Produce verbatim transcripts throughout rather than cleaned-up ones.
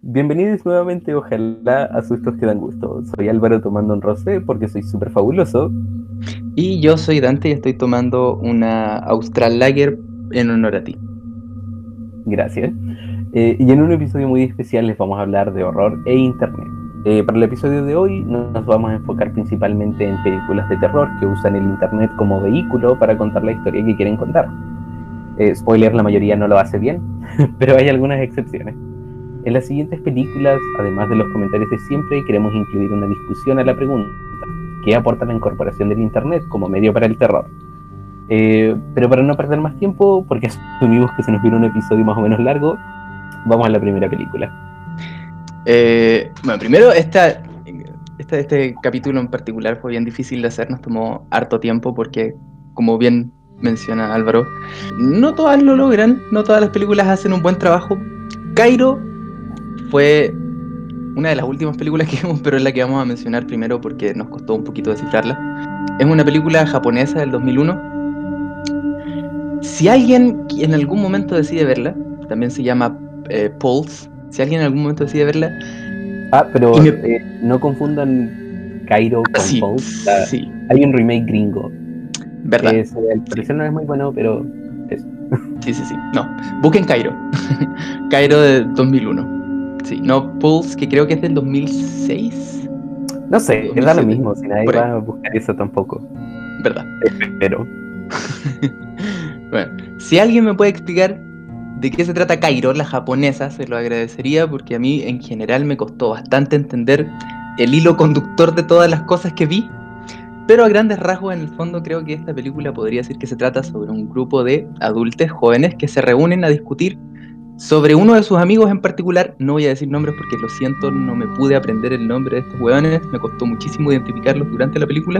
Bienvenidos nuevamente, ojalá a Sustos que dan gusto. Soy Álvaro tomando un rosé porque soy súper fabuloso. Y yo soy Dante y estoy tomando una Austral Lager en honor a ti. Gracias. Eh, y en un episodio muy especial les vamos a hablar de horror e internet. Eh, para el episodio de hoy nos vamos a enfocar principalmente en películas de terror que usan el internet como vehículo para contar la historia que quieren contar. Eh, spoiler, la mayoría no lo hace bien, pero hay algunas excepciones. En las siguientes películas, además de los comentarios de siempre, queremos incluir una discusión a la pregunta: ¿qué aporta la incorporación del internet como medio para el terror? Eh, pero para no perder más tiempo, porque asumimos que se nos viene un episodio más o menos largo, vamos a la primera película. Eh, bueno, primero, esta, esta, este capítulo en particular fue bien difícil de hacer, nos tomó harto tiempo porque, como bien menciona Álvaro, no todas lo logran, no todas las películas hacen un buen trabajo. Kairo fue una de las últimas películas que vimos, pero es la que vamos a mencionar primero porque nos costó un poquito descifrarla. Es una película japonesa del dos mil uno. Si alguien en algún momento decide verla, también se llama eh, Pulse, si alguien en algún momento decide verla, Ah, pero y me... eh, no confundan Cairo Ah, con sí, Pulse. Ah, sí, hay un remake gringo que verdad, es, al sí, parecer no es muy bueno, pero eso. sí, sí, sí, no, busquen Cairo, Cairo de dos mil uno, sí, no Pulse, que creo que es del dos mil seis No o sé, da lo dos mil siete, mismo, si nadie por ahí, va a buscar eso tampoco. verdad. Espero. Bueno, si alguien me puede explicar de qué se trata Kairo, la japonesa, se lo agradecería porque a mí en general me costó bastante entender el hilo conductor de todas las cosas que vi, pero a grandes rasgos en el fondo creo que esta película podría decir que se trata sobre un grupo de adultos jóvenes que se reúnen a discutir sobre uno de sus amigos en particular. No voy a decir nombres porque lo siento, no me pude aprender el nombre de estos hueones, me costó muchísimo identificarlos durante la película.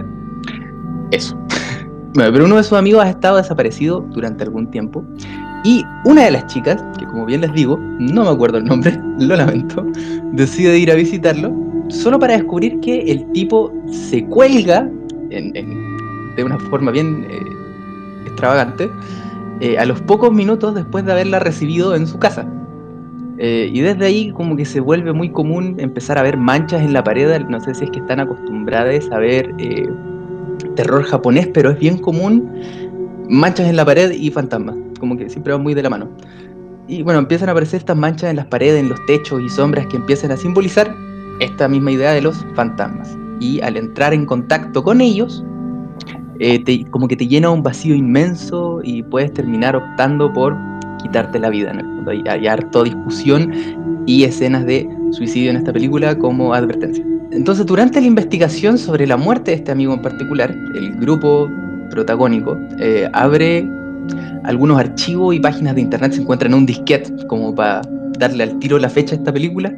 Eso. Bueno, pero uno de sus amigos ha estado desaparecido durante algún tiempo y una de las chicas, que como bien les digo, no me acuerdo el nombre, lo lamento, decide ir a visitarlo solo para descubrir que el tipo se cuelga en, en, de una forma bien eh, extravagante eh, a los pocos minutos después de haberla recibido en su casa. Eh, y desde ahí como que se vuelve muy común empezar a ver manchas en la pared. No sé si es que están acostumbradas a ver eh, terror japonés, pero es bien común manchas en la pared y fantasmas, como que siempre van muy de la mano. Y bueno, empiezan a aparecer estas manchas en las paredes, en los techos y sombras que empiezan a simbolizar esta misma idea de los fantasmas. Y al entrar en contacto con ellos, eh, te, como que te llena un vacío inmenso y puedes terminar optando por quitarte la vida en el fondo. Hay, hay harto discusión y escenas de suicidio en esta película como advertencia. Entonces, durante la investigación sobre la muerte de este amigo en particular, el grupo protagónico eh, abre algunos archivos y páginas de internet, se encuentran en un disquete, como para darle al tiro la fecha a esta película.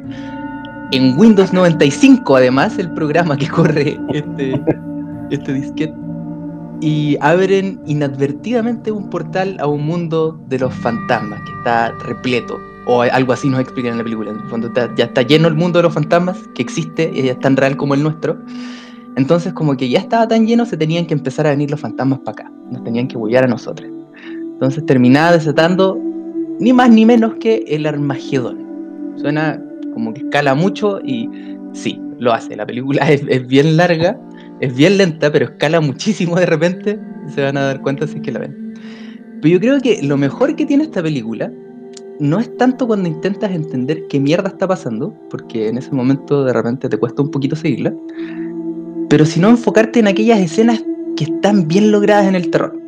En Windows noventa y cinco, además, el programa que corre este, este disquete. Y abren inadvertidamente un portal a un mundo de los fantasmas que está repleto. O algo así nos explican en la película. En el fondo está, ya está lleno el mundo de los fantasmas, que existe, y es tan real como el nuestro. Entonces, como que ya estaba tan lleno, se tenían que empezar a venir los fantasmas para acá. Nos tenían que bullar a nosotros. Entonces terminaba desatando ni más ni menos que el Armagedón. Suena como que escala mucho y sí, lo hace. La película es, es bien larga, es bien lenta, pero escala muchísimo de repente. Se van a dar cuenta si es que la ven. Pero yo creo que lo mejor que tiene esta película no es tanto cuando intentas entender qué mierda está pasando, porque en ese momento de repente te cuesta un poquito seguirla, pero sino enfocarte en aquellas escenas que están bien logradas en el terror.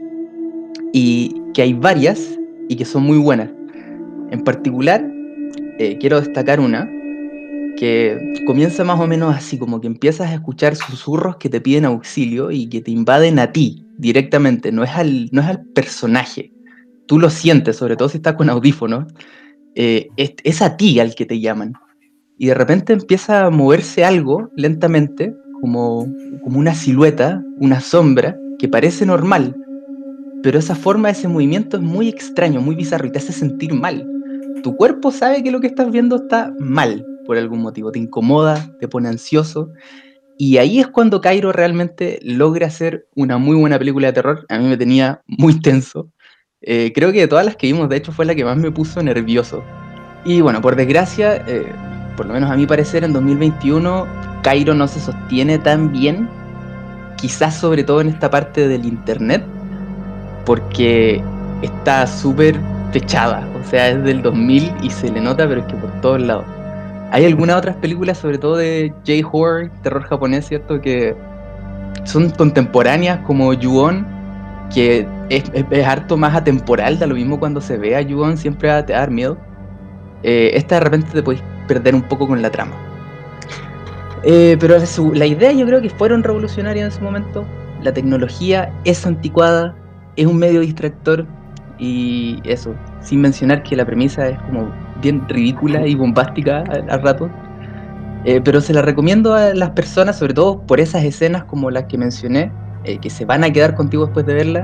Y que hay varias y que son muy buenas. En particular, eh, quiero destacar una que comienza más o menos así, como que empiezas a escuchar susurros que te piden auxilio y que te invaden a ti directamente, no es al, no es al personaje. Tú lo sientes, sobre todo si estás con audífonos, eh, es, es a ti al que te llaman. Y de repente empieza a moverse algo lentamente, como, como una silueta, una sombra, que parece normal, pero esa forma, ese movimiento es muy extraño, muy bizarro y te hace sentir mal. Tu cuerpo sabe que lo que estás viendo está mal por algún motivo, te incomoda, te pone ansioso. Y ahí es cuando Cairo realmente logra hacer una muy buena película de terror. A mí me tenía muy tenso. Eh, creo que de todas las que vimos, de hecho, fue la que más me puso nervioso. Y bueno, por desgracia, eh, por lo menos a mi parecer, en dos mil veintiuno, Kairo no se sostiene tan bien, quizás sobre todo en esta parte del internet, porque está súper fechada, o sea, es del dos mil y se le nota, pero es que por todos lados. Hay algunas otras películas, sobre todo de J-horror, terror japonés, ¿cierto?, que son contemporáneas, como Ju-on, que es, es, es harto más atemporal, da lo mismo cuando se ve a Ju-on, siempre va a te dar miedo. Eh, esta de repente te puedes perder un poco con la trama. Eh, pero su, la idea yo creo que fueron revolucionarias en su momento. La tecnología es anticuada, es un medio distractor y eso, sin mencionar que la premisa es como bien ridícula y bombástica a, a rato. Eh, pero se la recomiendo a las personas, sobre todo por esas escenas como las que mencioné, eh, que se van a quedar contigo después de verla.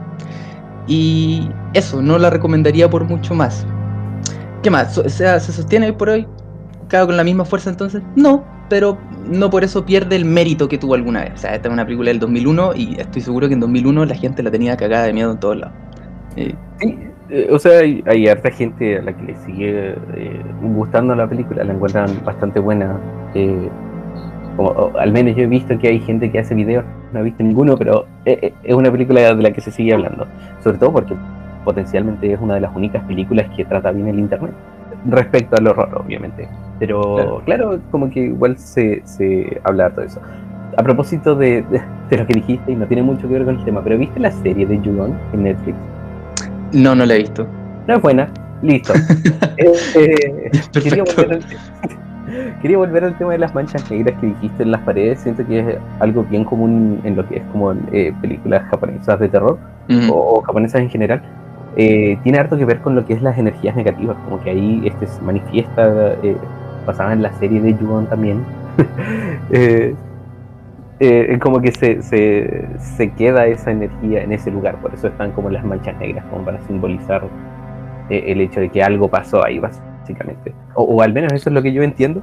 Y eso, no la recomendaría por mucho más. ¿Qué más? O sea, ¿se sostiene hoy por hoy? ¿Cago con la misma fuerza entonces? No, pero no por eso pierde el mérito que tuvo alguna vez. O sea, esta es una película del dos mil uno y estoy seguro que en dos mil uno la gente la tenía cagada de miedo en todos lados. Eh, Sí, eh, o sea, hay, hay harta gente a la que le sigue eh, gustando la película, la encuentran bastante buena. Eh, como, o, al menos yo he visto que hay gente que hace videos, no he visto ninguno, pero es, es una película de la que se sigue hablando. Sobre todo porque potencialmente es una de las únicas películas que trata bien el internet. Respecto al horror, obviamente. Pero claro, claro como que igual se, se habla de eso. A propósito de, de, de lo que dijiste, y no tiene mucho que ver con el tema, pero ¿viste la serie de Ju-on en Netflix? No, no la he visto. No es buena, listo. eh, eh, quería, volver al, quería volver al tema de las manchas negras que dijiste en las paredes. Siento que es algo bien común en lo que es como eh, películas japonesas de terror, uh-huh. o, o japonesas en general. Eh, tiene harto que ver con lo que es las energías negativas, como que ahí este se manifiesta, eh, pasaba en la serie de Ju-on también. eh, eh, como que se, se, se queda esa energía en ese lugar, por eso están como las manchas negras, como para simbolizar eh, el hecho de que algo pasó ahí, básicamente. O, o al menos eso es lo que yo entiendo.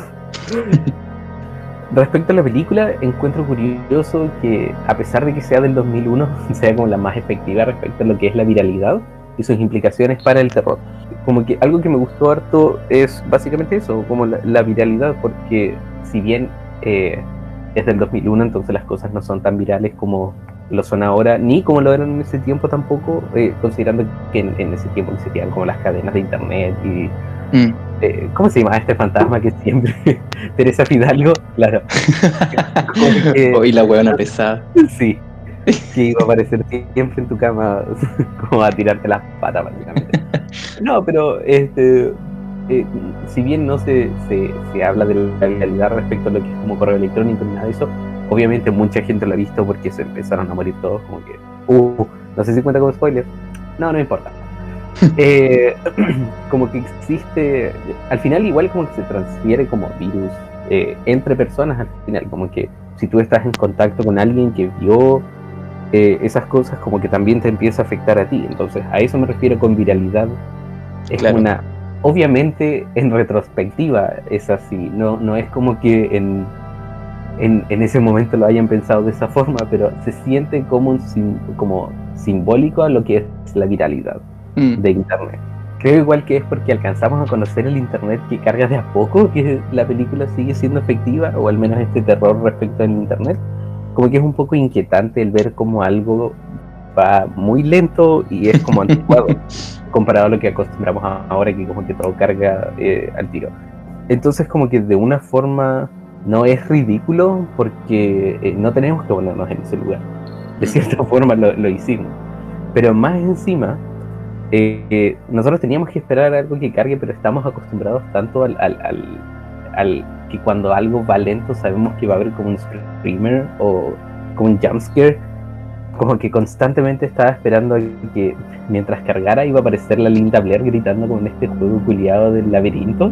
Respecto a la película, encuentro curioso que, a pesar de que sea del dos mil uno, sea como la más efectiva respecto a lo que es la viralidad y sus implicaciones para el terror. Como que algo que me gustó harto es básicamente eso, como la, la viralidad, porque si bien eh, es del dos mil uno, entonces las cosas no son tan virales como lo son ahora, ni como lo eran en ese tiempo tampoco, eh, considerando que en, en ese tiempo existían como las cadenas de internet y... Mm. Eh, ¿Cómo se llama este fantasma que siempre... Teresa Fidalgo? Claro. Hoy la huevona pesada. Sí. Que iba a aparecer siempre en tu cama como a tirarte las patas, básicamente. No, pero este... Eh, si bien no se, se, se habla de la viralidad respecto a lo que es como correo electrónico ni nada de eso, obviamente mucha gente lo ha visto porque se empezaron a morir todos, como que... Uh, no sé si cuenta como spoiler. No, no importa. Eh, como que existe, al final igual como que se transfiere como virus eh, entre personas al final, como que si tú estás en contacto con alguien que vio eh, esas cosas, como que también te empieza a afectar a ti. Entonces a eso me refiero con viralidad. Es claro. Una, obviamente en retrospectiva es así, no, no es como que en, en, en ese momento lo hayan pensado de esa forma, pero se siente como, un, como simbólico a lo que es la viralidad de internet. Creo igual que es porque alcanzamos a conocer el internet que carga de a poco que la película sigue siendo efectiva, o al menos este terror respecto al internet. Como que es un poco inquietante el ver cómo algo va muy lento y es como anticuado comparado a lo que acostumbramos a ahora, que como que todo carga eh, al tiro. Entonces como que de una forma no es ridículo porque eh, no tenemos que ponernos en ese lugar. De cierta forma lo, lo hicimos. Pero más encima Eh, eh, nosotros teníamos que esperar algo que cargue, pero estamos acostumbrados tanto al, al, al, al que cuando algo va lento sabemos que va a haber como un screamer o como un jumpscare, como que constantemente estaba esperando a que mientras cargara iba a aparecer la Linda Blair gritando con este juego culiado del laberinto.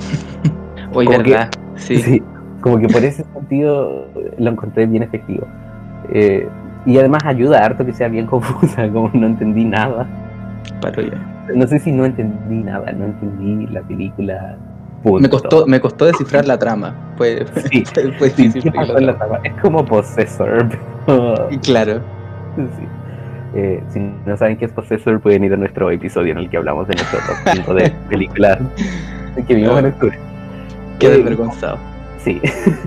Oye, como verdad, que, sí. sí, como que por ese sentido lo encontré bien efectivo, eh, y además ayuda harto que sea bien confusa, como no entendí nada. Parodia. No sé si no entendí nada, no entendí la película. Punto. Me costó, me costó descifrar la trama. Fue, sí, fue sí, difícil. ¿qué pasó en la trama? Es como Possessor. Pero... Claro. Sí. Eh, si no saben qué es Possessor, pueden ir a nuestro episodio en el que hablamos de nuestro top cinco de películas que vimos en octubre. Qué Eh, desvergonzado. Sí.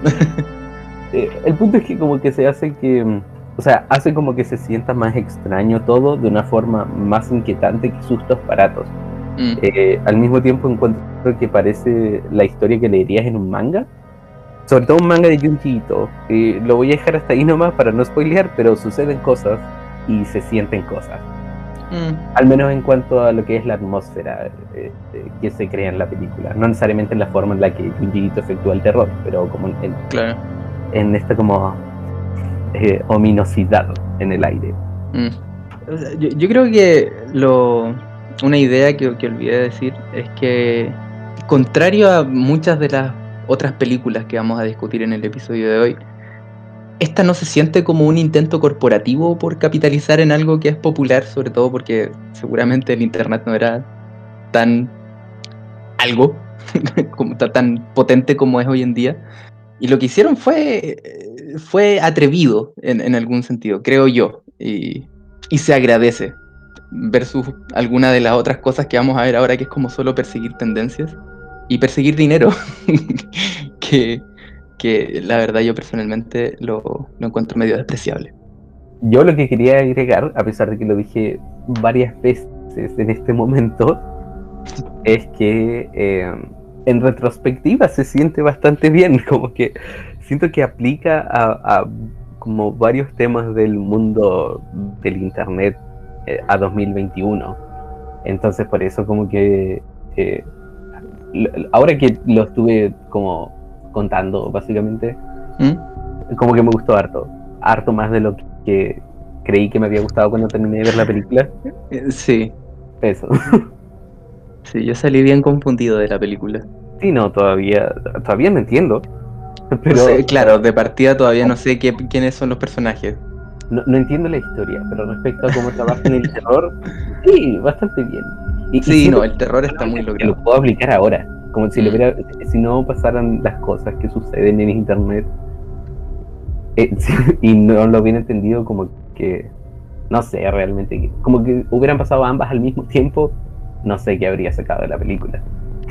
Eh, el punto es que como que se hace que, mm, o sea, hace como que se sienta más extraño todo de una forma más inquietante que sustos baratos. Mm, Eh, al mismo tiempo encuentro que parece la historia que leerías en un manga, sobre todo un manga de Junji Ito. Eh, lo voy a dejar hasta ahí nomás para no spoilear, pero suceden cosas y se sienten cosas. mm, Al menos en cuanto a lo que es la atmósfera eh, eh, que se crea en la película. No necesariamente en la forma en la que Junji Ito efectúa el terror, pero como en, en, claro. en esta como eh, ominosidad en el aire. Mm. O sea, yo, yo creo que lo, una idea que, que olvidé decir es que, contrario a muchas de las otras películas que vamos a discutir en el episodio de hoy, esta no se siente como un intento corporativo por capitalizar en algo que es popular, sobre todo porque seguramente el internet no era tan algo, como, tan potente como es hoy en día. Y lo que hicieron fue, fue atrevido en, en algún sentido, creo yo. Y, y se agradece versus alguna de las otras cosas que vamos a ver ahora, que es como solo perseguir tendencias y perseguir dinero, que, que la verdad yo personalmente lo, lo encuentro medio despreciable. Yo lo que quería agregar, a pesar de que lo dije varias veces en este momento, es que eh, en retrospectiva se siente bastante bien, como que siento que aplica a, a como varios temas del mundo del internet eh, a dos mil veintiuno. Entonces por eso como que eh, ahora que lo estuve como contando básicamente, ¿Mm? como que me gustó harto, harto más de lo que creí que me había gustado cuando terminé de ver la película. Eh, Sí, Eso. sí, yo salí bien confundido de la película. Sí, no, todavía, todavía no entiendo, O pero sea, claro, de partida todavía no sé qué, quiénes son los personajes. no, no entiendo la historia, pero respecto a cómo trabaja en el terror, sí, bastante bien. Y, y Sí, siento no, el terror está muy que lo logrado. puedo aplicar ahora, como si, lo Mm. hubiera, si no pasaran las cosas que suceden en internet eh, sí, y no lo hubiera entendido como que, no sé, realmente, como que hubieran pasado ambas al mismo tiempo, no sé qué habría sacado de la película.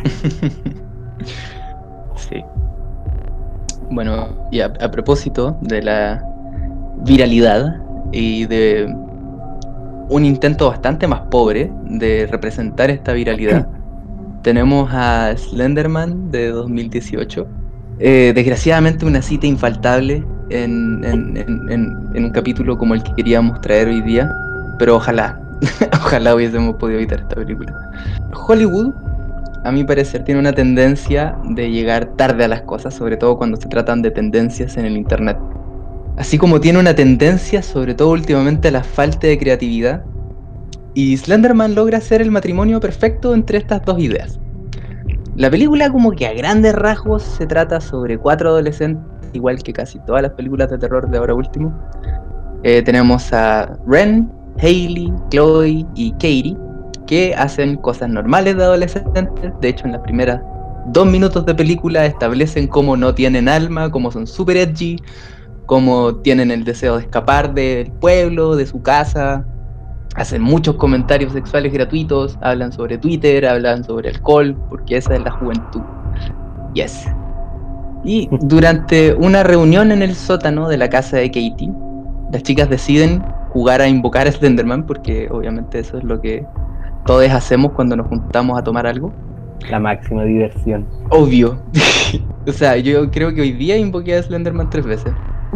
Sí. Bueno, y a, a propósito de la viralidad y de un intento bastante más pobre de representar esta viralidad, tenemos a Slenderman de dos mil dieciocho. Eh, desgraciadamente una cita infaltable en, en, en, en, en un capítulo como el que queríamos traer hoy día, pero ojalá, ojalá hubiésemos podido evitar esta película. Hollywood, a mi parecer, tiene una tendencia de llegar tarde a las cosas, sobre todo cuando se tratan de tendencias en el internet. Así como tiene una tendencia, sobre todo últimamente, a la falta de creatividad, y Slenderman logra hacer el matrimonio perfecto entre estas dos ideas. La película, como que a grandes rasgos, se trata sobre cuatro adolescentes, igual que casi todas las películas de terror de ahora último. Eh, tenemos a Ren, Hailey, Chloe y Katie, que hacen cosas normales de adolescentes. De hecho, en las primeras dos minutos de película establecen cómo no tienen alma, cómo son super edgy, cómo tienen el deseo de escapar del pueblo, de su casa. Hacen muchos comentarios sexuales gratuitos, hablan sobre Twitter, hablan sobre alcohol, porque esa es la juventud. Yes. Y durante una reunión en el sótano de la casa de Katie, las chicas deciden jugar a invocar a Slenderman, porque obviamente eso es lo que todos hacemos cuando nos juntamos a tomar algo. La máxima diversión. Obvio. O sea, yo creo que hoy día invoqué a Slenderman tres veces.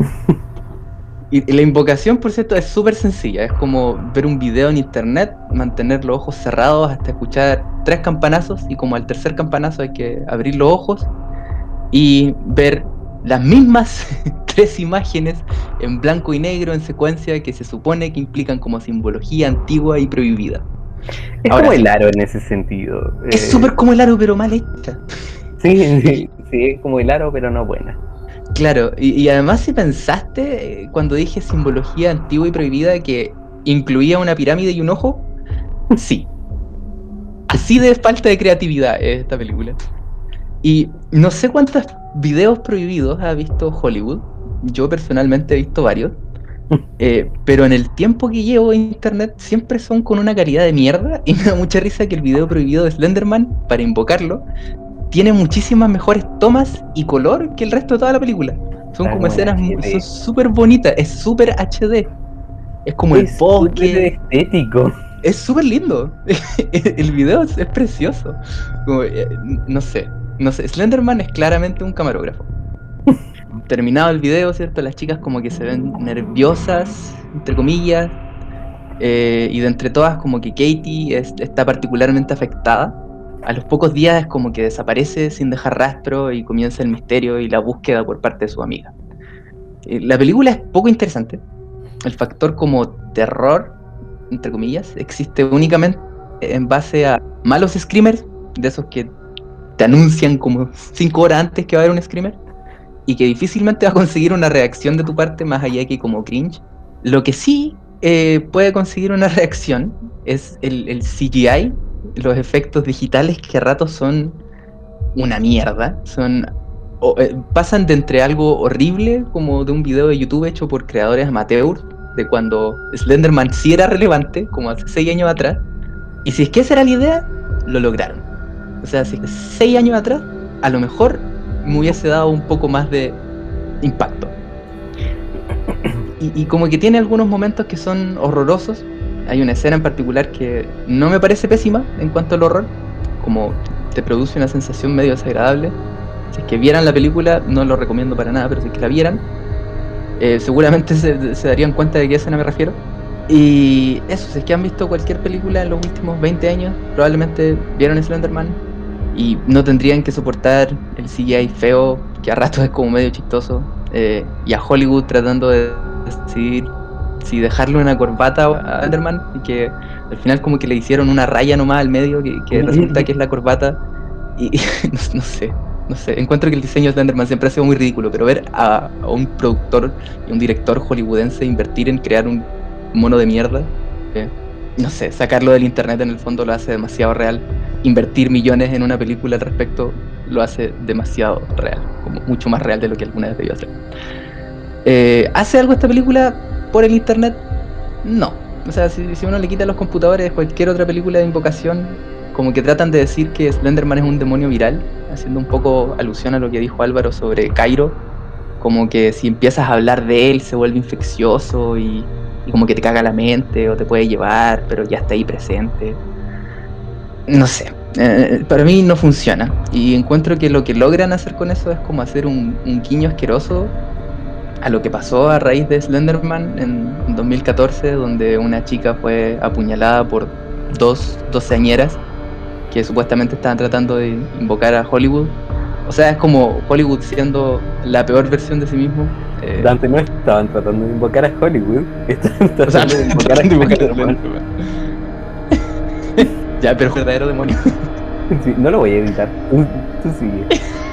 Y la invocación, por cierto, es súper sencilla. Es como ver un video en internet, mantener los ojos cerrados hasta escuchar tres campanazos, y como al tercer campanazo hay que abrir los ojos y ver las mismas tres imágenes en blanco y negro en secuencia que se supone que implican como simbología antigua y prohibida. Es Ahora, como el aro en ese sentido. es Eh, súper como el aro, pero mal hecha. sí, sí, sí, es como el aro, pero no buena. Claro, y, y además si pensaste, eh, cuando dije simbología antigua y prohibida, que incluía una pirámide y un ojo, sí. Así de falta de creatividad es esta película. Y no sé cuántos videos prohibidos ha visto Hollywood. Yo personalmente he visto varios. Eh, pero en el tiempo que llevo en internet siempre son con una calidad de mierda. Y me da mucha risa que el video prohibido de Slenderman, para invocarlo, tiene muchísimas mejores tomas y color que el resto de toda la película. Son Está como como en escenas, H mu- D. son súper bonitas, es súper H D. Es como el Es súper bosque, estético. es súper lindo. El video es, es precioso. Como, eh, no sé, no sé. Slenderman es claramente un camarógrafo. Terminado el video, ¿cierto? Las chicas como que se ven nerviosas, entre comillas, eh, y de entre todas como que Katie es- está particularmente afectada. A los pocos días es como que desaparece sin dejar rastro y comienza el misterio y la búsqueda por parte de su amiga. Eh, La película es poco interesante. El factor como terror, entre comillas, existe únicamente en base a malos screamers, de esos que te anuncian como cinco horas antes que va a haber un screamer, y que difícilmente va a conseguir una reacción de tu parte más allá que como cringe. Lo que sí eh, puede conseguir una reacción es el, el C G I, los efectos digitales que a ratos son una mierda, son o, eh, pasan de entre algo horrible como de un video de YouTube hecho por creadores amateurs de cuando Slenderman sí era relevante, como hace seis años atrás, y si es que esa era la idea, lo lograron. O sea, si es que seis años atrás, a lo mejor me hubiese dado un poco más de impacto. Y, y como que tiene algunos momentos que son horrorosos. Hay una escena en particular que no me parece pésima en cuanto al horror, como te produce una sensación medio desagradable. Si es que vieran la película, no lo recomiendo para nada, pero si es que la vieran, eh, seguramente se, se darían cuenta de qué escena me refiero. Y eso, si es que han visto cualquier película en los últimos veinte años, probablemente vieron Slenderman y no tendrían que soportar el C G I feo, que a ratos es como medio chistoso, eh, y a Hollywood tratando de decidir si dejarle una corbata a Slenderman y que al final como que le hicieron una raya nomás al medio que, que resulta que es la corbata y, y no, no sé, no sé, encuentro que el diseño de Slenderman siempre ha sido muy ridículo, pero ver a, a un productor y un director hollywoodense invertir en crear un mono de mierda, eh, no sé, sacarlo del internet en el fondo lo hace demasiado real. Invertir millones en una película al respecto lo hace demasiado real, como mucho más real de lo que alguna vez debió hacer. Eh, ¿Hace algo esta película por el internet? No. O sea, si, si uno le quita los computadores cualquier otra película de invocación, como que tratan de decir que Slenderman es un demonio viral, haciendo un poco alusión a lo que dijo Álvaro sobre Cairo, como que si empiezas a hablar de él se vuelve infeccioso y, y como que te caga la mente o te puede llevar, pero ya está ahí presente. No sé, eh, para mí no funciona. Y encuentro que lo que logran hacer con eso es como hacer un, un guiño asqueroso a lo que pasó a raíz de Slenderman en dos mil catorce, donde una chica fue apuñalada por dos doceañeras que supuestamente estaban tratando de invocar a Hollywood. O sea, es como Hollywood siendo la peor versión de sí mismo. Eh, Dante no estaban tratando de invocar a Hollywood, estaban o sea, tratando de invocar a tratando de invocar a Slenderman. Slenderman. Ya, pero verdadero demonio. Sí, no lo voy a editar. Tú, tú sigue.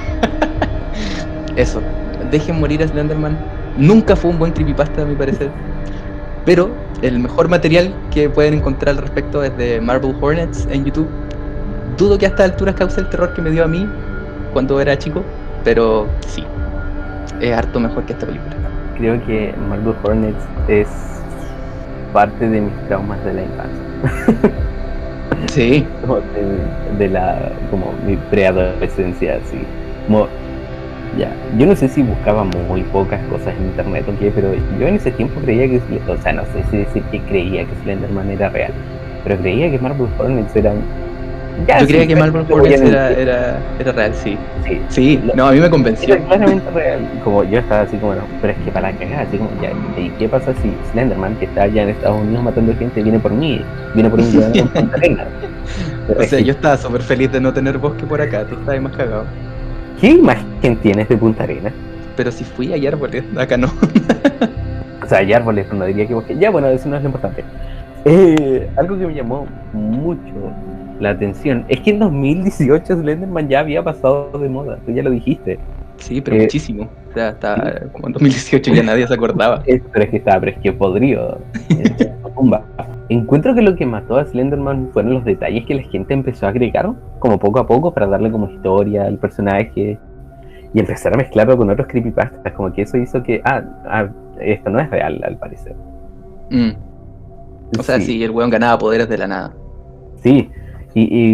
Eso, dejen morir a Slenderman. Nunca fue un buen creepypasta, a mi parecer. Pero el mejor material que pueden encontrar al respecto es de Marble Hornets en YouTube. Dudo que a estas alturas cause el terror que me dio a mí cuando era chico, pero sí, es harto mejor que esta película. Creo que Marble Hornets es parte de mis traumas de la infancia. Sí, Como de, de la, como mi preadolescencia, así. Como, ya, yo no sé si buscaba muy pocas cosas en internet o qué, pero yo en ese tiempo creía que, o sea, no sé si decir que creía que Slenderman era real, pero creía que Marble Hornets eran, ya, yo sí, creía que Marble te voy a Hornets era, mentir. era, era real, sí. Sí, Sí, lo- no, a mí me convenció. era claramente real. Como yo estaba así como, no, pero es que para la cagada, así como, ya, ¿y qué pasa si Slenderman, que está allá en Estados Unidos matando gente, viene por mí, viene por un weón en Punta Arenas? O sea, yo estaba súper feliz de no tener bosque por acá, tú estabas más cagado. ¿Qué imagen tienes de Punta Arenas? Pero si fui ayer, porque acá no. O sea, hay árboles, no diría que bosque. Ya, bueno, eso no es lo importante. Eh, algo que me llamó mucho la atención es que en dos mil dieciocho Slenderman ya había pasado de moda, tú ya lo dijiste. Sí, pero Eh, muchísimo. O sea, hasta como en dos mil dieciocho ya nadie se acordaba. es- pero es que estaba, pero es que podrido en su tumba. Encuentro que lo que mató a Slenderman fueron los detalles que la gente empezó a agregar, como poco a poco, para darle como historia al personaje y empezar a mezclarlo con otros creepypastas, como que eso hizo que, ah, ah esto no es real, al parecer. Mm. O sea, sí. Sí, el weón ganaba poderes de la nada. sí, y, y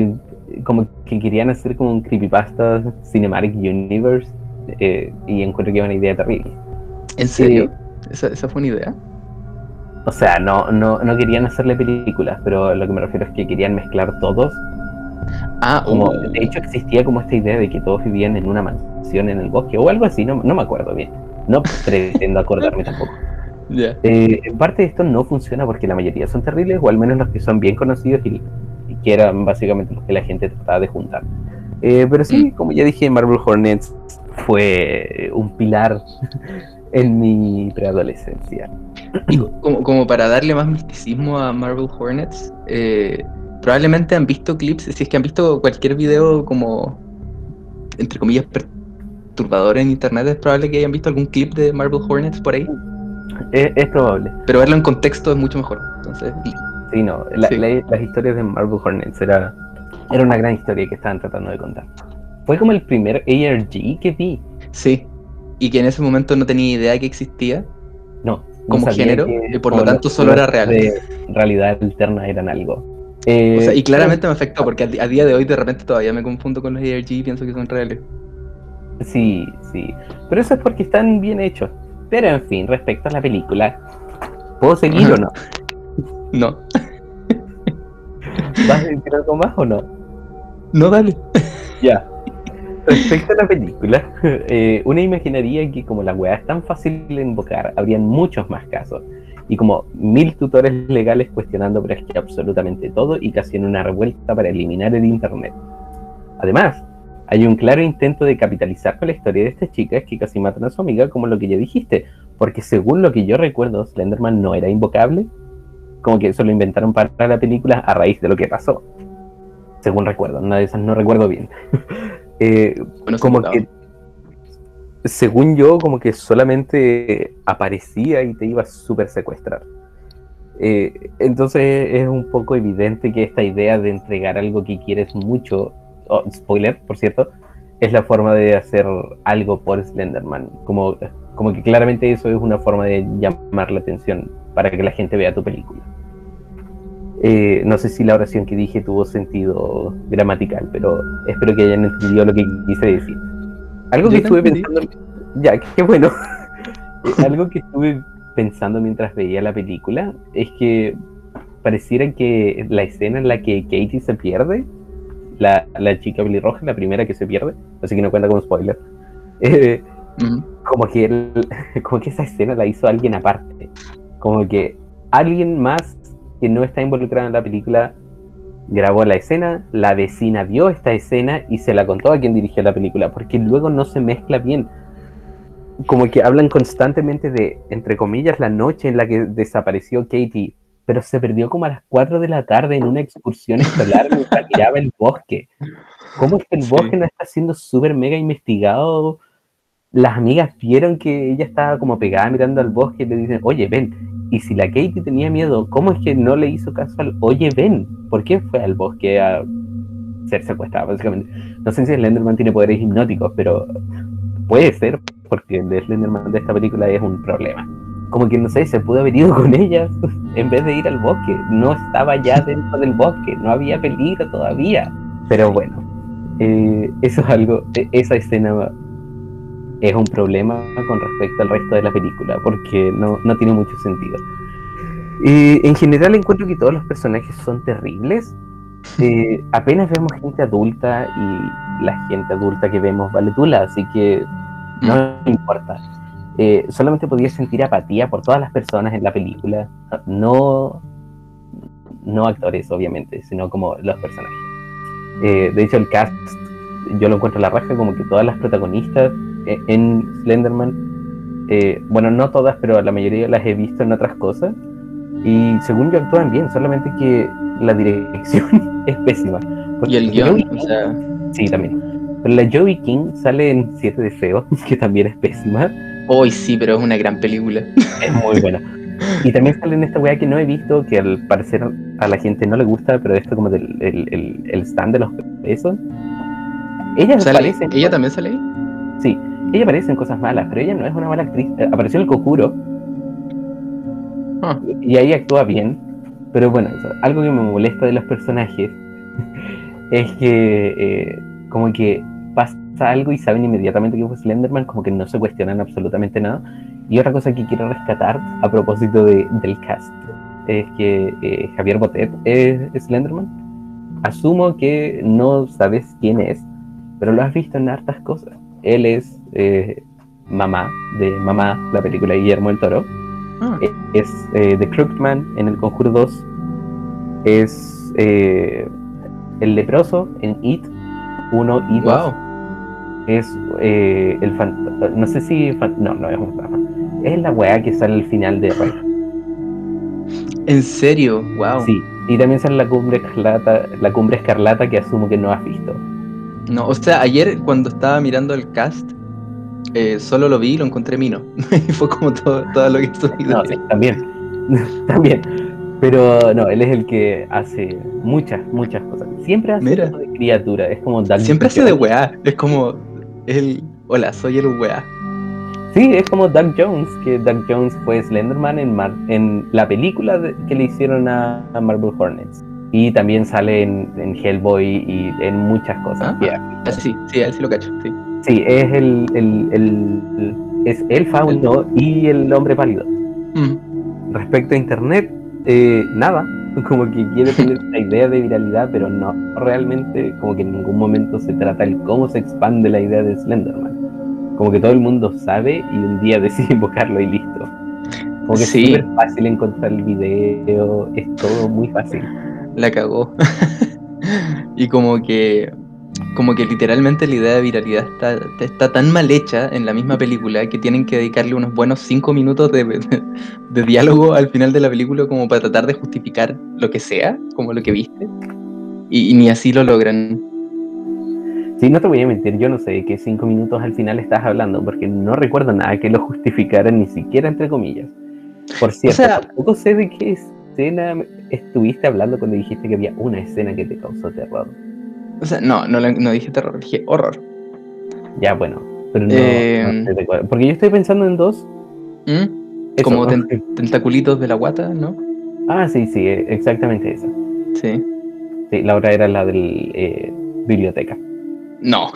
como que querían hacer como un creepypasta Cinematic Universe, eh, y encuentro que es una idea terrible. ¿En serio? Eh, ¿Esa, ¿Esa fue una idea? O sea, no, no, no querían hacerle películas, pero lo que me refiero es que querían mezclar todos. Ah, como, oh. De hecho, existía como esta idea de que todos vivían en una mansión en el bosque o algo así, no, no me acuerdo bien. No pretendo acordarme tampoco. Yeah. Eh, en parte esto no funciona porque la mayoría son terribles, o al menos los que son bien conocidos y, y que eran básicamente los que la gente trataba de juntar. Eh, pero sí, como ya dije, Marble Hornets fue un pilar en mi preadolescencia. Y como, como para darle más misticismo a Marble Hornets, eh, probablemente han visto clips, si es que han visto cualquier video como, entre comillas, perturbador en internet, es probable que hayan visto algún clip de Marble Hornets por ahí. Es, es probable. Pero verlo en contexto es mucho mejor. Entonces, sí, no, la, sí. La, las historias de Marble Hornets era, era una gran historia que estaban tratando de contar. Fue como el primer A R G que vi. Sí, y que en ese momento no tenía idea que existía. No, como no género, que, y por lo tanto solo era real. De realidad alterna eran algo. Eh, o sea, y claramente pero, me afectó, porque a, a día de hoy de repente todavía me confundo con los A R G y pienso que son reales. Sí, sí, pero eso es porque están bien hechos. Pero en fin, respecto a la película, ¿puedo seguir o no? No. ¿Vas a decir algo más o no? No, dale. Ya. Respecto a la película, eh, uno imaginaría que como la weá es tan fácil de invocar, habrían muchos más casos. Y como mil tutores legales cuestionando pero es que absolutamente todo y casi en una revuelta para eliminar el internet. Además, hay un claro intento de capitalizar con la historia de estas chicas que casi matan a su amiga, como lo que ya dijiste, porque según lo que yo recuerdo, Slenderman no era invocable, como que eso lo inventaron para la película a raíz de lo que pasó. Según recuerdo, una de esas no recuerdo bien. eh, bueno, como que, según yo, como que solamente aparecía y te iba a súper secuestrar. Eh, entonces es un poco evidente que esta idea de entregar algo que quieres mucho, oh, spoiler, por cierto, es la forma de hacer algo por Slenderman. Como, como que claramente eso es una forma de llamar la atención para que la gente vea tu película. Eh, no sé si la oración que dije tuvo sentido gramatical, pero espero que hayan entendido lo que quise decir. Algo que estuve pensando... Ya, qué bueno. Algo que estuve pensando mientras veía la película es que pareciera que la escena en la que Katie se pierde, la, la chica pelirroja, la primera que se pierde, así que no cuenta como spoiler, eh, uh-huh. como, que el, como que esa escena la hizo alguien aparte, como que alguien más que no está involucrado en la película grabó la escena, la vecina vio esta escena y se la contó a quien dirigió la película, porque luego no se mezcla bien. Como que hablan constantemente de, entre comillas, la noche en la que desapareció Katie, pero se perdió como a las cuatro de la tarde en una excursión escolar mientras miraba el bosque. ¿Cómo es que el sí. bosque no está siendo súper mega investigado? Las amigas vieron que ella estaba como pegada mirando al bosque y le dicen, oye, ven. Y si la Katie tenía miedo, ¿cómo es que no le hizo caso al oye, ven? ¿Por qué fue al bosque a ser secuestrada, básicamente? No sé si Slenderman tiene poderes hipnóticos, pero puede ser, porque el Slenderman de esta película es un problema. Como que, no sé, se pudo haber ido con ellas en vez de ir al bosque. No estaba ya dentro del bosque, no había peligro todavía. Pero bueno, eh, eso es algo, esa escena es un problema con respecto al resto de la película, porque no, no tiene mucho sentido. Eh, en general encuentro que todos los personajes son terribles. Eh, apenas vemos gente adulta y la gente adulta que vemos vale tula, así que no me importa. Eh, solamente podía sentir apatía por todas las personas en la película, no, no actores obviamente, sino como los personajes. Eh, de hecho el cast yo lo encuentro a la raja, como que todas las protagonistas en Slenderman, eh, bueno, no todas, pero la mayoría las he visto en otras cosas y según yo actúan bien, solamente que la dirección es pésima. Y el guión, o sea... Sí, también. Pero la Joey King sale en Siete Deseos, que también es pésima. Hoy oh, sí, pero es una gran película. Es muy buena. Y también sale en esta weá que no he visto, que al parecer a la gente no le gusta, pero esto como del el, el, el stand de los pesos. Ella aparece. ¿Ella también sale ahí? Sí, ella aparece en cosas malas, pero ella no es una mala actriz. Apareció en El Conjuro. Ah. Y ahí actúa bien. Pero bueno, eso, algo que me molesta de los personajes es que eh, como que pasa algo y saben inmediatamente que fue Slenderman, como que no se cuestionan absolutamente nada. Y otra cosa que quiero rescatar a propósito de, del cast es que eh, Javier Botet es Slenderman. Asumo que no sabes quién es, pero lo has visto en hartas cosas. Él es eh, Mamá, de Mamá, la película de Guillermo del Toro. Ah, Es eh, The Crooked Man en El Conjuro dos. Es eh, el leproso en It uno y dos. wow. Es eh, el fantasma. No sé si. Fan... No, no es un fantasma. Es la weá que sale al final de Rey. ¿En serio? Wow. Sí. Y también sale la cumbre escarlata, la cumbre escarlata que asumo que no has visto. No, o sea, ayer cuando estaba mirando el cast, eh, solo lo vi y lo encontré Mino. Y fue como todo, todo lo que subí de No, él. sí, también. También. Pero no, él es el que hace muchas, muchas cosas. Siempre hace Mira, como de criatura. Es como Doug siempre hace de Jones. weá. Es como el. Hola, soy el weá. Sí, es como Doug Jones, que Doug Jones fue Slenderman en, Mar en la película de, que le hicieron a, a Marble Hornets. Y también sale en, en Hellboy y en muchas cosas. Ah, que ah, sí, sí, a él sí lo cacho. Sí. Sí, es el, el, el, es el fauno y el hombre pálido. Mm. Respecto a internet, eh, nada, como que quiere tener esta idea de viralidad, pero no realmente, como que en ningún momento se trata el cómo se expande la idea de Slenderman. Como que todo el mundo sabe y un día decide invocarlo y listo. Como que es Sí, súper fácil encontrar el video, es todo muy fácil. la cagó. Y como que. Como que literalmente la idea de viralidad está, está tan mal hecha en la misma película que tienen que dedicarle unos buenos cinco minutos de, de, de diálogo al final de la película como para tratar de justificar lo que sea, como lo que viste. Y, y ni así lo logran. Sí, no te voy a mentir, yo no sé de qué cinco minutos al final estás hablando, porque no recuerdo nada que lo justificara, ni siquiera entre comillas. Por O cierto, sea, tampoco sé de qué escena estuviste hablando cuando dijiste que había una escena que te causó terror. o sea, no, no, no dije terror, dije horror. Ya, bueno, pero no, no Eh, sé de cuál. Porque yo estoy pensando en dos. ¿Mm? Eso. Como ten- tentaculitos de la guata, ¿no? Ah, sí, sí, exactamente esa. Sí. Sí, la otra era la del eh, biblioteca. No.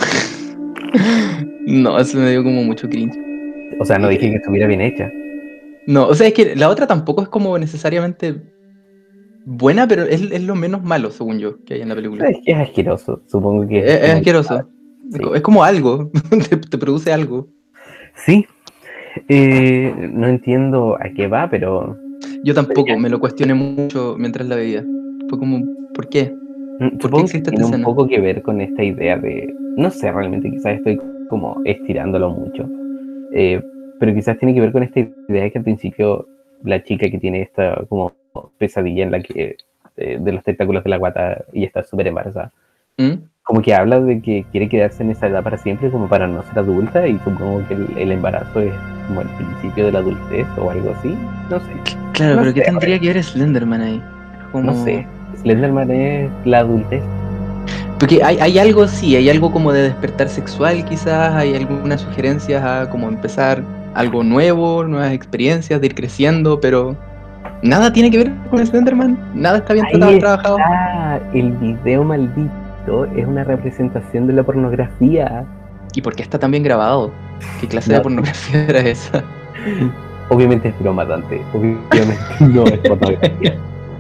No, eso me dio como mucho cringe. O sea, no dije que Eh, estuviera bien hecha. no, o sea, es que la otra tampoco es como necesariamente buena, pero es, es lo menos malo, según yo, que hay en la película. Es que es asqueroso, supongo que Es, es es como... asqueroso. Es, co- Sí, es como algo, te, te produce algo. sí, eh, no entiendo a qué va, pero... Yo pero tampoco, ya. me lo cuestioné mucho mientras la veía. Fue como, ¿por qué? Mm, ¿Por qué Supongo que existe esta tiene un escena? poco que ver con esta idea de... No sé, realmente quizás estoy como estirándolo mucho. Eh, pero quizás tiene que ver con esta idea de que al principio la chica que tiene esta como pesadilla en la que... eh, de los tentáculos de la guata y está súper embarazada. ¿Mm? Como que habla de que quiere quedarse en esa edad para siempre, como para no ser adulta, y supongo que el, el embarazo es como el principio de la adultez o algo así. No sé. Claro, No pero ¿qué sé, tendría que ver Slenderman ahí? no Como... sé. Slenderman es la adultez. Porque hay, hay algo, sí, hay algo como de despertar sexual quizás, hay algunas sugerencias a como empezar algo nuevo, nuevas experiencias, de ir creciendo, pero nada tiene que ver con Slenderman, nada está bien tratado, Ahí trabajado. está. El video maldito es una representación de la pornografía. ¿Y por qué está tan bien grabado? ¿Qué clase de No, pornografía era esa? obviamente es broma, Dante. Obviamente no es pornografía.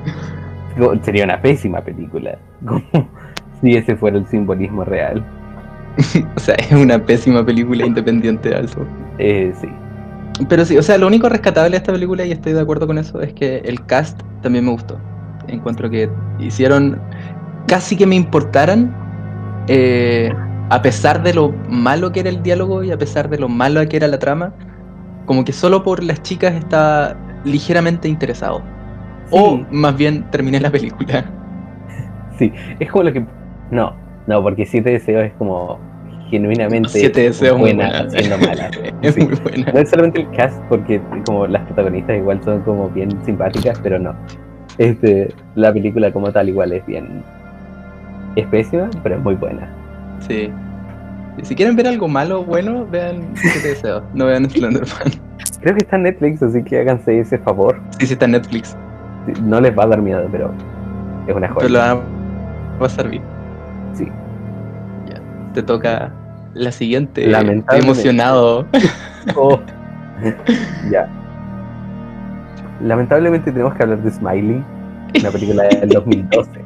Sería una pésima película. Como si ese fuera el simbolismo real. O sea, es una pésima película independiente, also. Eh, sí. Pero sí, o sea, lo único rescatable de esta película, y estoy de acuerdo con eso, es que el cast también me gustó. Encuentro que hicieron casi que me importaran, eh, a pesar de lo malo que era el diálogo y a pesar de lo malo que era la trama, como que solo por las chicas estaba ligeramente interesado. O Sí, más bien terminé la película. sí. Es como lo que. No, no, porque Siete Deseos es como genuinamente Siete deseos muy buena buena. haciendo mala. Es Sí. muy buena. No es solamente el cast, porque como las protagonistas igual son como bien simpáticas, pero no. Este, la película como tal igual es bien. Es pésima, pero es muy buena. Sí. Si quieren ver algo malo o bueno, vean Siete deseos. No vean Slenderman. Creo que está en Netflix, así que háganse ese favor. Sí, sí está en Netflix. No les va a dar miedo, pero es una Pero lo joya. van a pasar bien. Sí. Ya. Te toca la siguiente. Estoy Lamentablemente. emocionado. Oh. Ya. Lamentablemente tenemos que hablar de Smiley, una película del dos mil doce.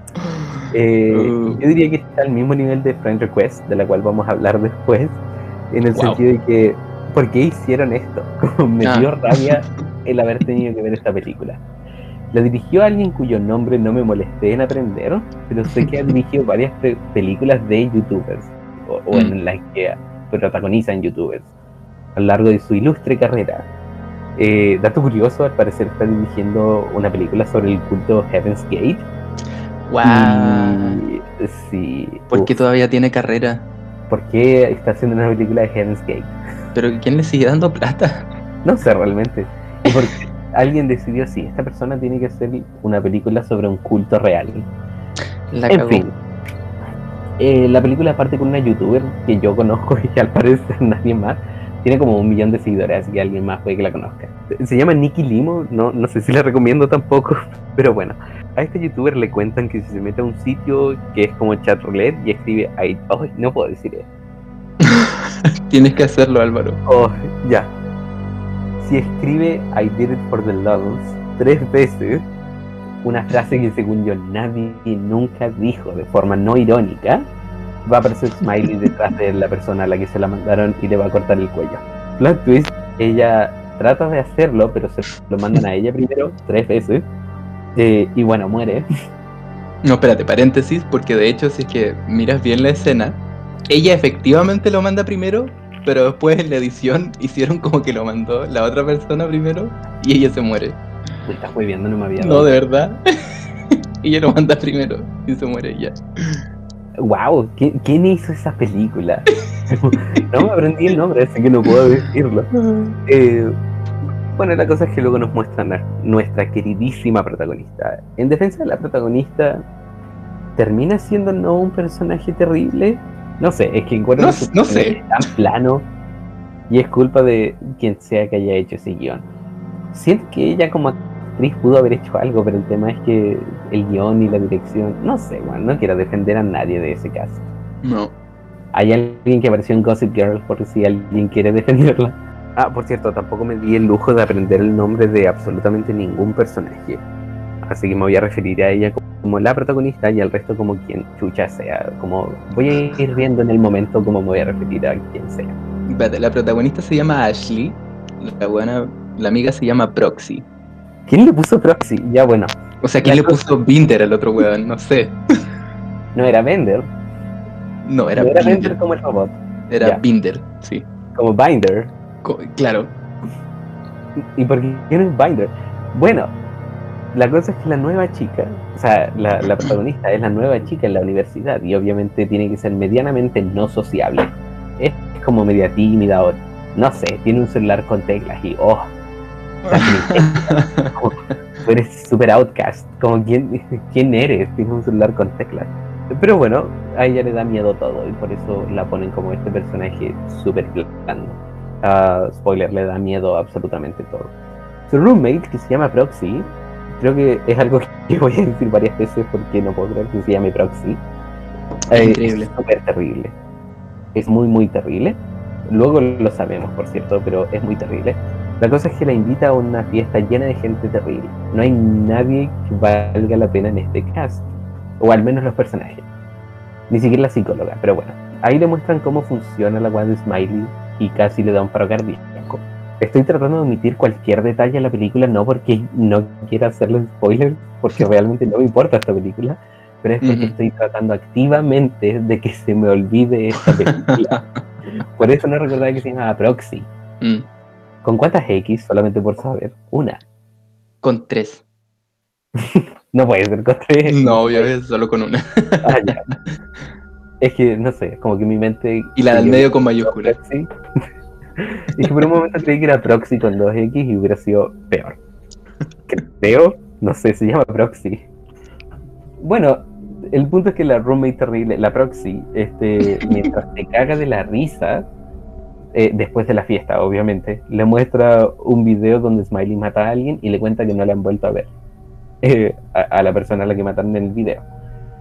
Eh, Uh, yo diría que está al mismo nivel de Friend Request, de la cual vamos a hablar después, en el wow. sentido de que, ¿por qué hicieron esto? Como me Ah. dio rabia el haber tenido que ver esta película. La dirigió alguien cuyo nombre no me molesté en aprender, pero sé que ha dirigido varias pe- películas de youtubers, o, o Mm. en las que protagonizan youtubers, a lo largo de su ilustre carrera. Eh, dato curioso, al parecer está dirigiendo una película sobre el culto Heaven's Gate. Wow. Y sí, ¿Por qué uf, todavía tiene carrera? ¿por qué está haciendo una película de Heaven's Gate? ¿Pero quién le sigue dando plata? No sé realmente. Y porque alguien decidió, sí, esta persona tiene que hacer una película sobre un culto real. La En cagó. fin, eh, la película parte con una youtuber que yo conozco y al parecer nadie más. Tiene como un millón de seguidores, así que alguien más puede que la conozca. Se llama Nikki Limo, no, no sé si la recomiendo tampoco, pero bueno. A este youtuber le cuentan que si se mete a un sitio que es como chat roulette y escribe, ay, oh, no puedo decir eso. Tienes que hacerlo, Álvaro. Oh, ya. Si escribe I did it for the lols tres veces, una frase que según yo nadie nunca dijo de forma no irónica, va a aparecer Smiley detrás de la persona a la que se la mandaron y le va a cortar el cuello. Plot twist, ella trata de hacerlo, pero se lo mandan a ella primero tres veces, eh, y bueno, muere. No, espérate, paréntesis, porque de hecho, si es que miras bien la escena, ella efectivamente lo manda primero, pero después en la edición hicieron como que lo mandó la otra persona primero y ella se muere. Me estás muy viendo, no me había dado No, de cuenta. verdad. Ella lo manda primero y se muere ya. Wow, ¿quién, ¿quién hizo esa película? No me aprendí el nombre, así que no puedo decirlo. Eh, bueno, la cosa es que luego nos muestran a nuestra queridísima protagonista. En defensa de la protagonista, ¿termina siendo no un personaje terrible? No sé, es que encuentro No, que su no personaje sé. es tan plano y es culpa de quien sea que haya hecho ese guión. Siento que ella como actriz pudo haber hecho algo, pero el tema es que el guión y la dirección, no sé, bueno, no quiero defender a nadie de ese caso. No. Hay alguien que apareció en Gossip Girl por si alguien quiere defenderla. Ah, por cierto, tampoco me di el lujo de aprender el nombre de absolutamente ningún personaje. Así que me voy a referir a ella como la protagonista y al resto como quien chucha sea. Como voy a ir viendo en el momento cómo me voy a referir a quien sea. Espérate, la protagonista se llama Ashley, la buena, la amiga se llama Proxy. ¿Quién le puso Proxy? Ya bueno. O sea, ¿quién La le cosa- puso Binder al otro weón? No sé. No era Bender. No, era No era Binder. Bender como el robot. Era Ya. Binder, sí. Como Binder. Co- claro. ¿Y por qué no es Binder? Bueno, la cosa es que la nueva chica, o sea, la, la protagonista es la nueva chica en la universidad y obviamente tiene que ser medianamente no sociable. Es como media tímida o no sé, tiene un celular con teclas y oh, como, tú eres super outcast, como ¿quién, quién eres? Tienes un celular con teclas. Pero bueno, a ella le da miedo todo y por eso la ponen como este personaje súper plano. Uh, spoiler, le da miedo absolutamente todo. Su roommate, que se llama Proxy, creo que es algo que voy a decir varias veces porque no puedo creer que se llame Proxy. Es Eh, increíble. es súper terrible. Es muy, muy terrible. Luego lo sabemos, por cierto, pero es muy terrible. La cosa es que la invita a una fiesta llena de gente terrible. No hay nadie que valga la pena en este cast. O al menos los personajes. Ni siquiera la psicóloga, pero bueno. Ahí le muestran cómo funciona la web de Smiley y casi le da un paro cardíaco. Estoy tratando de omitir cualquier detalle de la película, no porque no quiera hacerle spoilers, porque realmente no me importa esta película, pero es porque Ujú. estoy tratando activamente de que se me olvide esta película. Por eso no recordaba que se llamaba Proxy. Mm, ¿Con cuántas X? Solamente por saber. Una. Con tres. No puede ser con tres. No, No obvio, puede. es solo con una. Ah, ya. Es que, no sé, como que mi mente... Y la del creyó medio que con era mayúscula. Proxy. Es que por un momento creí que era Proxy con dos X y hubiera sido peor. Creo, no sé, se llama Proxy. Bueno, el punto es que la roommate terrible, la Proxy, este, mientras se caga de la risa, eh, después de la fiesta, obviamente, le muestra un video donde Smiley mata a alguien y le cuenta que no la han vuelto a ver. Eh, a, a la persona a la que mataron en el video.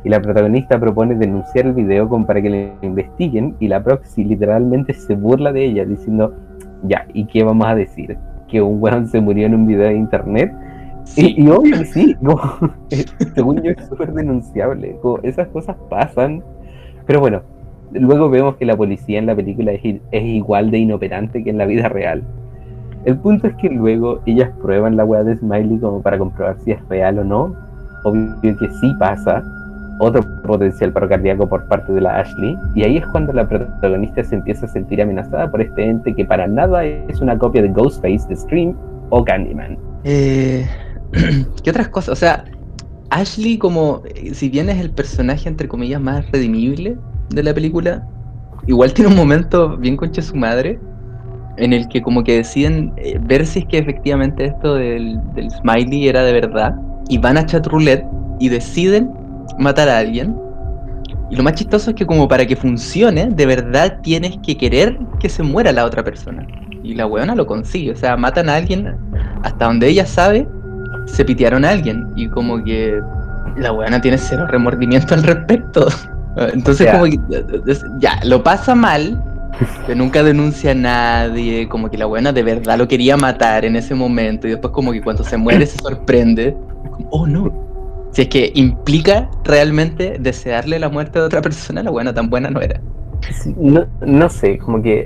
Y la protagonista propone denunciar el video como para que le investiguen, y la proxy literalmente se burla de ella diciendo, ya, ¿y qué vamos a decir? ¿Que un weón se murió en un video de internet? Sí. Y, y obvio que sí, como, según yo es súper denunciable, como, esas cosas pasan. Pero bueno, luego vemos que la policía en la película es, es igual de inoperante que en la vida real. El punto es que luego ellas prueban la weá de Smiley como para comprobar si es real o no. Obvio que sí pasa. Otro potencial paro cardíaco por parte de la Ashley, y ahí es cuando la protagonista se empieza a sentir amenazada por este ente que para nada es una copia de Ghostface, de Scream o Candyman. Eh, ¿Qué otras cosas? O sea, Ashley, como si bien es el personaje entre comillas más redimible de la película, igual tiene un momento bien concha su madre en el que como que deciden eh, ver si es que efectivamente esto del, del Smiley era de verdad, y van a chat roulette y deciden matar a alguien. Y lo más chistoso es que como para que funcione, de verdad tienes que querer que se muera la otra persona. Y la weona lo consigue, o sea, matan a alguien hasta donde ella sabe, se pitearon a alguien. Y como que la weona tiene cero remordimiento al respecto. Entonces, o sea, como que ya, lo pasa mal, que nunca denuncia a nadie, como que la buena de verdad lo quería matar en ese momento, y después como que cuando se muere se sorprende, como, oh no, si es que implica realmente desearle la muerte de otra persona, la buena tan buena no era. Sí, no, no sé, como que,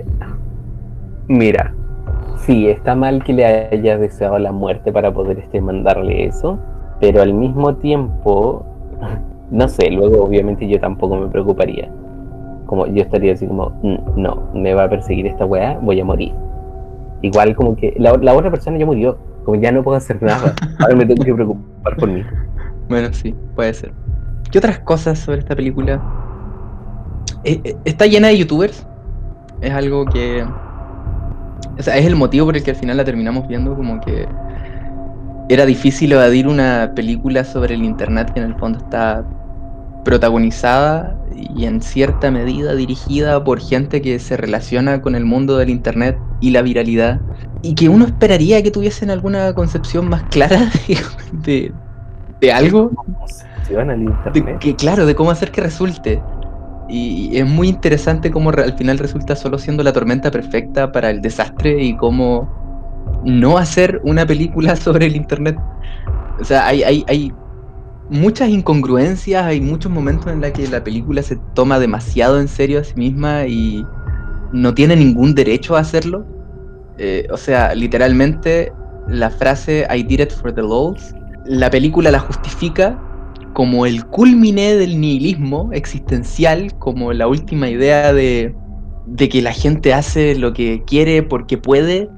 mira, sí, está mal que le haya deseado la muerte para poder este, mandarle eso, pero al mismo tiempo, no sé, luego obviamente yo tampoco me preocuparía. Como yo estaría así como, no, me va a perseguir esta weá, voy a morir. Igual como que la, la otra persona ya murió, como ya no puedo hacer nada, ahora me tengo que preocupar por mí. Bueno, sí, puede ser. ¿Qué otras cosas sobre esta película? Eh, está llena de youtubers, es algo que... O sea, es el motivo por el que al final la terminamos viendo, como que era difícil evadir una película sobre el internet que en el fondo está protagonizada y en cierta medida dirigida por gente que se relaciona con el mundo del internet y la viralidad, y que uno esperaría que tuviesen alguna concepción más clara de, de, de algo, de, que, claro, de cómo hacer que resulte. Y es muy interesante cómo al final resulta solo siendo la tormenta perfecta para el desastre, y cómo no hacer una película sobre el internet. O sea, hay, hay, hay muchas incongruencias, hay muchos momentos en los que la película se toma demasiado en serio a sí misma y no tiene ningún derecho a hacerlo. Eh, o sea, literalmente la frase I did it for the lols, la película la justifica como el culmine del nihilismo existencial, como la última idea de, de que la gente hace lo que quiere porque puede,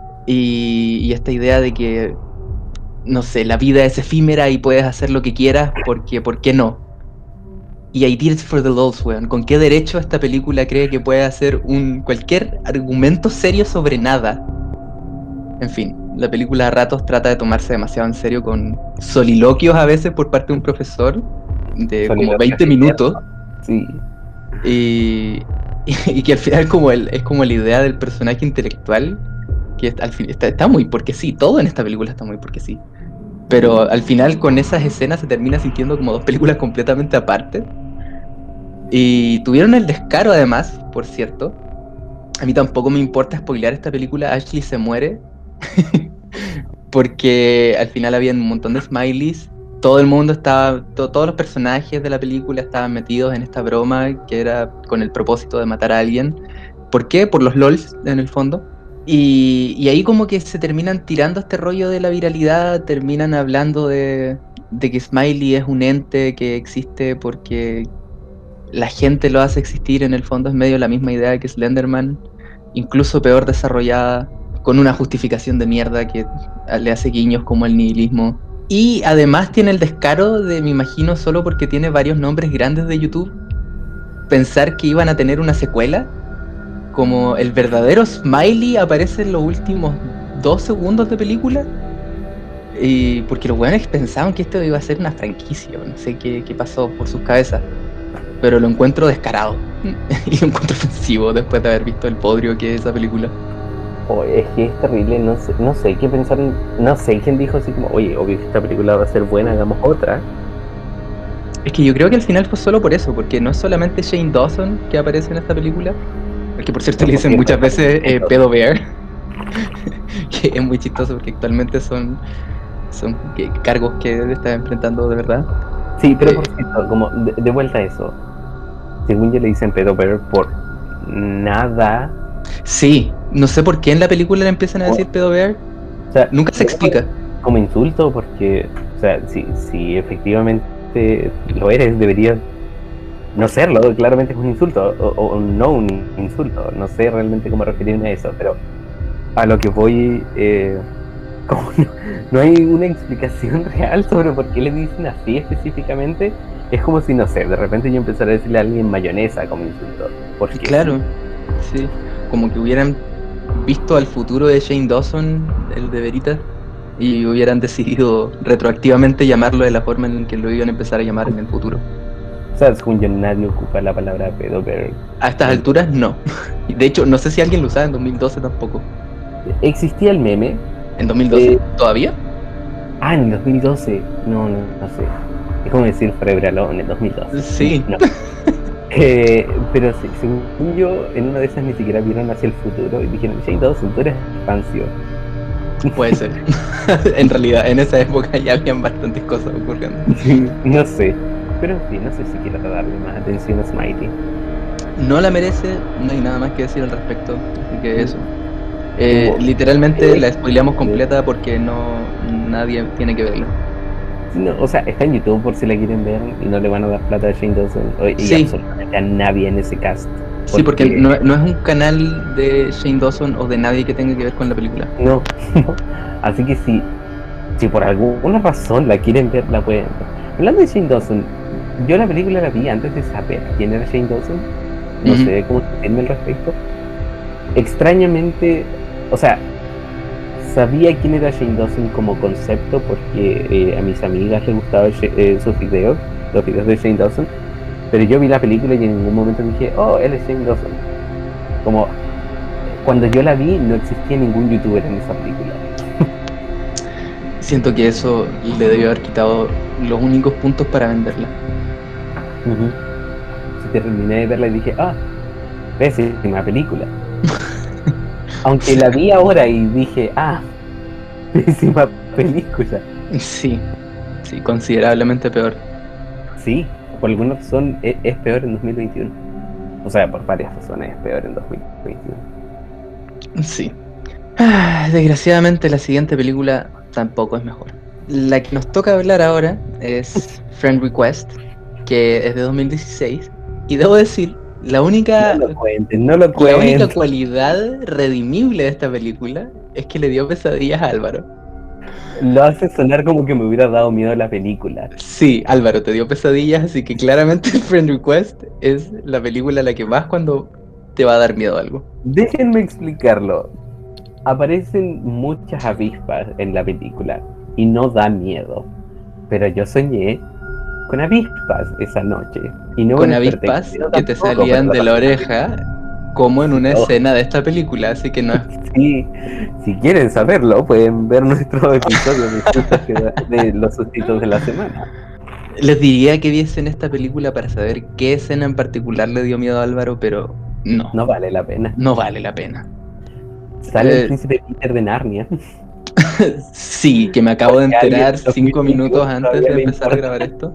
y, y esta idea de que, no sé, la vida es efímera y puedes hacer lo que quieras porque, ¿por qué no? Y I did it for the lols, weón. ¿Con qué derecho esta película cree que puede hacer un cualquier argumento serio sobre nada? En fin, la película a ratos trata de tomarse demasiado en serio, con soliloquios a veces por parte de un profesor de como veinte minutos. Sí. Y, y que al final como el, es como la idea del personaje intelectual, que al fin, está, está muy porque sí, todo en esta película está muy porque sí. Pero al final con esas escenas se termina sintiendo como dos películas completamente aparte. Y tuvieron el descaro además, por cierto. A mí tampoco me importa spoilear esta película. Ashley se muere. Porque al final había un montón de smileys. Todo el mundo estaba, to, todos los personajes de la película estaban metidos en esta broma que era con el propósito de matar a alguien. ¿Por qué? Por los lols, en el fondo. Y, y ahí como que se terminan tirando este rollo de la viralidad, terminan hablando de, de que Smiley es un ente que existe porque la gente lo hace existir. En el fondo es medio la misma idea que Slenderman, incluso peor desarrollada, con una justificación de mierda que le hace guiños como el nihilismo. Y además tiene el descaro de, me imagino, solo porque tiene varios nombres grandes de YouTube, pensar que iban a tener una secuela. Como el verdadero Smiley aparece en los últimos dos segundos de película. Y porque los weones pensaban que esto iba a ser una franquicia, no sé qué, qué pasó por sus cabezas. Pero lo encuentro descarado y lo encuentro ofensivo después de haber visto el podrio que es esa película. Oh, es que es terrible, no sé, no sé qué pensaron, no sé quién dijo así como, oye, obvio que esta película va a ser buena, hagamos otra. Es que yo creo que al final fue solo por eso, porque no es solamente Shane Dawson que aparece en esta película, al que por cierto le dicen muchas veces eh, Pedo Bear, que es muy chistoso porque actualmente son, son que- cargos que él está enfrentando de verdad. Sí, pero Eh, por cierto, como de, de vuelta a eso, según yo le dicen pedo bear por nada. sí, no sé por qué en la película le empiezan a O, decir Pedo Bear, o sea, nunca se explica. como insulto, porque, o sea, si, si efectivamente lo eres, deberías no serlo. Claramente es un insulto, o, o no un insulto. No sé realmente cómo referirme a eso, pero a lo que voy, eh, como no, no hay una explicación real sobre por qué le dicen así específicamente. Es como si, no sé, de repente yo empezara a decirle a alguien mayonesa como insulto. Porque Claro, sí. sí, como que hubieran visto al futuro de Shane Dawson, el de Veritas, y hubieran decidido retroactivamente llamarlo de la forma en que lo iban a empezar a llamar en el futuro. O sea, según yo, nadie ocupa la palabra pedo, pero A estas en- alturas, no. Y de hecho, no sé si alguien lo usaba en dos mil doce tampoco. existía el meme. ¿En dos mil doce? eh, ¿Todavía? ah, en el dos mil doce. No, no, no sé. Es como decir Forever Alone en el dos mil doce. Sí, No. Eh, pero sí, según yo, en una de esas ni siquiera vieron hacia el futuro y dijeron, Shane Dawson, tú eres rancio. puede ser. En realidad, en esa época ya habían bastantes cosas ocurriendo. Sí, no sé. Pero en fin, no sé si quiero darle más atención a Smitey. No la merece, no hay nada más que decir al respecto. Así que eso. Eh, Como, literalmente eh, la spoileamos eh, completa porque no nadie tiene que verla. no, o sea, está en YouTube por si la quieren ver y no le van a dar plata a Shane Dawson o- y Sí, absolutamente a nadie en ese cast. sí, porque Porque no, no es un canal de Shane Dawson o de nadie que tenga que ver con la película. no, no. Así que si, si por alguna razón la quieren ver, la pueden ver. Hablando de Shane Dawson, yo la película la vi antes de saber quién era Shane Dawson. No Ujú. sé cómo sentirme al respecto. Extrañamente, o sea, sabía quién era Shane Dawson como concepto porque eh, a mis amigas les gustaban eh, sus videos, los videos de Shane Dawson, pero yo vi la película y en ningún momento dije, oh, él es Shane Dawson. Como cuando yo la vi, no existía ningún youtuber en esa película. Siento que eso le debió haber quitado los únicos puntos para venderla. Uh-huh. Si terminé de verla y dije, ah, pésima película. Aunque la vi ahora y dije, ah, pésima película. Sí, sí, considerablemente peor. Sí, por alguna razón es, es peor en dos mil veintiuno. O sea, por varias razones es peor en dos mil veintiuno. Sí. Ah, desgraciadamente la siguiente película tampoco es mejor. La que nos toca hablar ahora es Friend Request, que es de dos mil dieciséis. Y debo decir, la única, No lo cuentes, no lo la única cuentes. cualidad redimible de esta película es que le dio pesadillas a Álvaro. Lo hace sonar como que me hubiera dado miedo la película. Sí, Álvaro, te dio pesadillas, así que claramente Friend Request es la película a la que vas cuando te va a dar miedo algo. Déjenme explicarlo. Aparecen muchas avispas en la película y no da miedo. Pero yo soñé con avispas esa noche y no Con me desperté con avispas miedo que te tampoco, pero salían la de la pasé mal. oreja, como en una Oh, escena de esta película, así que no es... sí, si quieren saberlo, pueden ver nuestro episodio de, sustos que da- de los sustitos de la semana. Les diría que viesen esta película para saber qué escena en particular le dio miedo a Álvaro, pero no, No vale la pena. no vale la pena. Sale el Eh, príncipe Peter de Narnia. sí, que me acabo de Porque a alguien enterar en cinco minutos dos mil veintiuno antes todavía de le empezar a importa. grabar esto.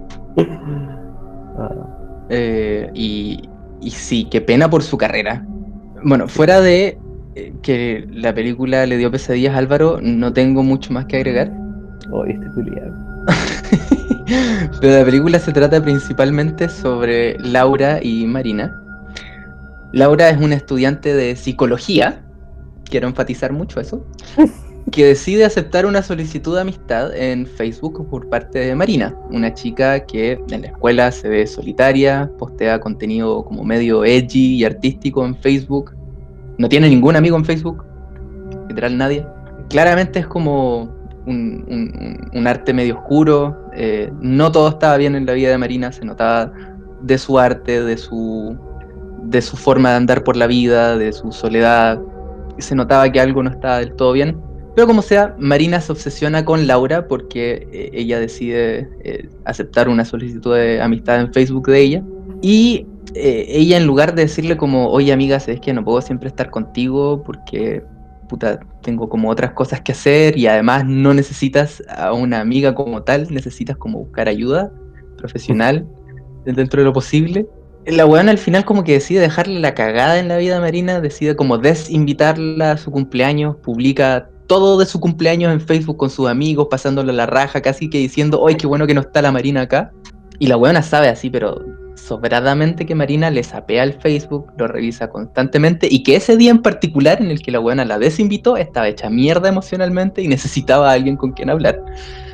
Ah, Eh, y, y sí, qué pena por su carrera. Bueno, fuera de eh, que la película le dio pesadillas a Álvaro, no tengo mucho más que agregar. oh, este culiado. Pero la película se trata principalmente sobre Laura y Marina. Laura es una estudiante de psicología, quiero enfatizar mucho eso, que decide aceptar una solicitud de amistad en Facebook por parte de Marina, una chica que en la escuela se ve solitaria, postea contenido como medio edgy y artístico en Facebook, no tiene ningún amigo en Facebook, literal nadie. Claramente es como un, un, un arte medio oscuro, eh, no todo estaba bien en la vida de Marina, se notaba de su arte, de su, de su forma de andar por la vida, de su soledad, se notaba que algo no estaba del todo bien. Pero como sea, Marina se obsesiona con Laura porque eh, ella decide eh, aceptar una solicitud de amistad en Facebook de ella. Y eh, ella, en lugar de decirle como, oye amiga, sabes que no puedo siempre estar contigo porque puta, tengo como otras cosas que hacer y además no necesitas a una amiga como tal, necesitas como buscar ayuda profesional dentro de lo posible. La weona al final como que decide dejarle la cagada en la vida a Marina, decide como desinvitarla a su cumpleaños, publica todo de su cumpleaños en Facebook con sus amigos, pasándole la raja, casi que diciendo, ¡ay, qué bueno que no está la Marina acá! Y la weona sabe así, pero sobradamente, que Marina le sapea el Facebook, lo revisa constantemente, y que ese día en particular en el que la weona la desinvitó, estaba hecha mierda emocionalmente y necesitaba a alguien con quien hablar.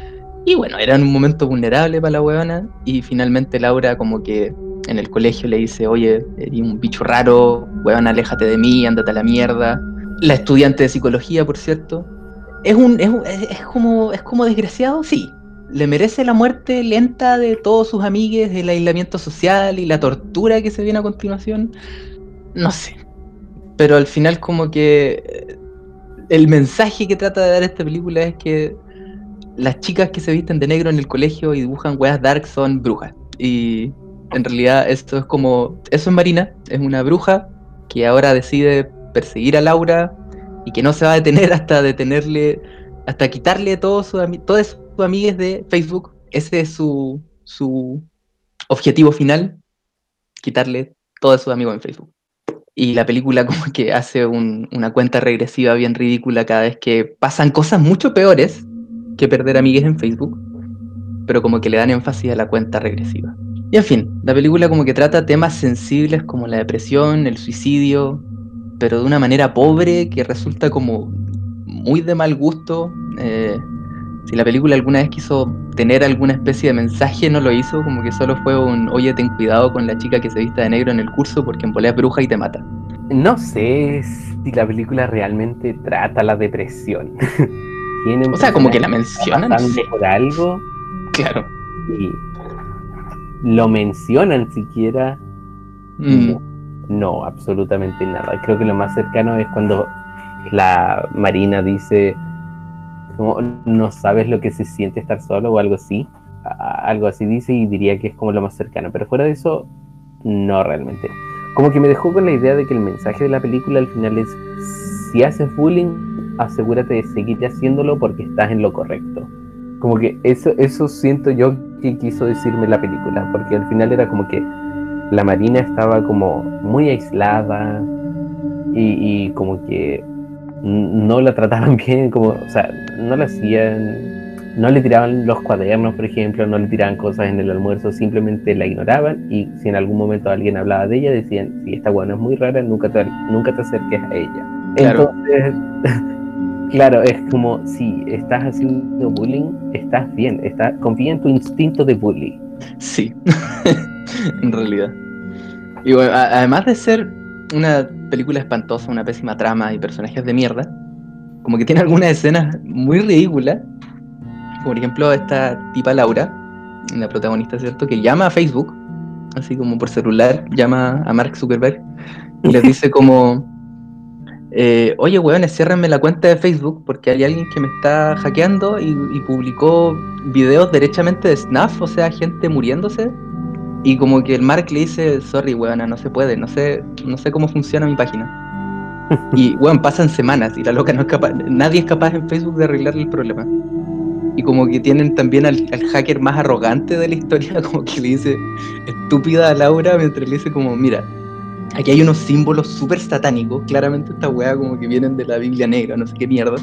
Y bueno, era un momento vulnerable para la weona, y finalmente Laura como que en el colegio le dice, oye, eres un bicho raro, weón, aléjate de mí, ándate a la mierda. La estudiante de psicología, por cierto, es un, es, un- es- es como, es como desgraciado, sí. Le merece la muerte lenta de todos sus amigues, el aislamiento social y la tortura que se viene a continuación. No sé. Pero al final como que eh, el mensaje que trata de dar esta película es que las chicas que se visten de negro en el colegio y dibujan weas dark son brujas. Y en realidad esto es como, eso es Marina, es una bruja que ahora decide perseguir a Laura y que no se va a detener hasta detenerle, hasta quitarle todos sus ami- todas sus amigues de Facebook. Ese es su, su objetivo final, quitarle todos sus amigos en Facebook. Y la película como que hace un- una cuenta regresiva bien ridícula cada vez que pasan cosas mucho peores que perder amigues en Facebook, pero como que le dan énfasis a la cuenta regresiva. Y en fin, la película como que trata temas sensibles como la depresión, el suicidio, pero de una manera pobre que resulta como muy de mal gusto. Eh, si la película alguna vez quiso tener alguna especie de mensaje, no lo hizo, como que solo fue un, oye, ten cuidado con la chica que se vista de negro en el curso porque en volea es bruja y te mata. No sé si la película realmente trata la depresión. Tiene un O sea, como que personaje la que está mencionan, pasando sí, por algo claro. y lo mencionan siquiera. No, Mm, no, absolutamente nada. Creo que lo más cercano es cuando la Marina dice, como, no sabes lo que se siente estar solo o algo así. A- algo así dice y diría que es como lo más cercano. Pero fuera de eso, no realmente. Como que me dejó con la idea de que el mensaje de la película al final es, si haces bullying, asegúrate de seguir haciéndolo porque estás en lo correcto. Como que eso, eso siento yo que quiso decirme la película, porque al final era como que la Marina estaba como muy aislada y, y como que no la trataban bien, como, o sea, no la hacían, no le tiraban los cuadernos, por ejemplo, no le tiraban cosas en el almuerzo, simplemente la ignoraban y si en algún momento alguien hablaba de ella, decían, si esta buena es muy rara, nunca te, nunca te acerques a ella. claro, Entonces, claro, es como si estás haciendo bullying, estás bien, está, confía en tu instinto de bully. sí, en realidad. Y bueno, a- además de ser una película espantosa, una pésima trama y personajes de mierda, como que tiene algunas escenas muy ridículas, como por ejemplo esta tipa Laura, la protagonista, ¿cierto? Que llama a Facebook, así como por celular, llama a Mark Zuckerberg y les dice como, eh, oye, weones, ciérrenme la cuenta de Facebook porque hay alguien que me está hackeando y, y publicó videos derechamente de snuff, o sea, gente muriéndose. Y como que el Mark le dice, sorry, weona, no se puede, no sé, no sé cómo funciona mi página. Y, weón, pasan semanas y la loca no es capaz, nadie es capaz en Facebook de arreglarle el problema. Y como que tienen también al, al hacker más arrogante de la historia, como que le dice estúpida a Laura mientras le dice como, mira, aquí hay unos símbolos súper satánicos, claramente esta weá como que vienen de la Biblia negra, no sé qué mierda,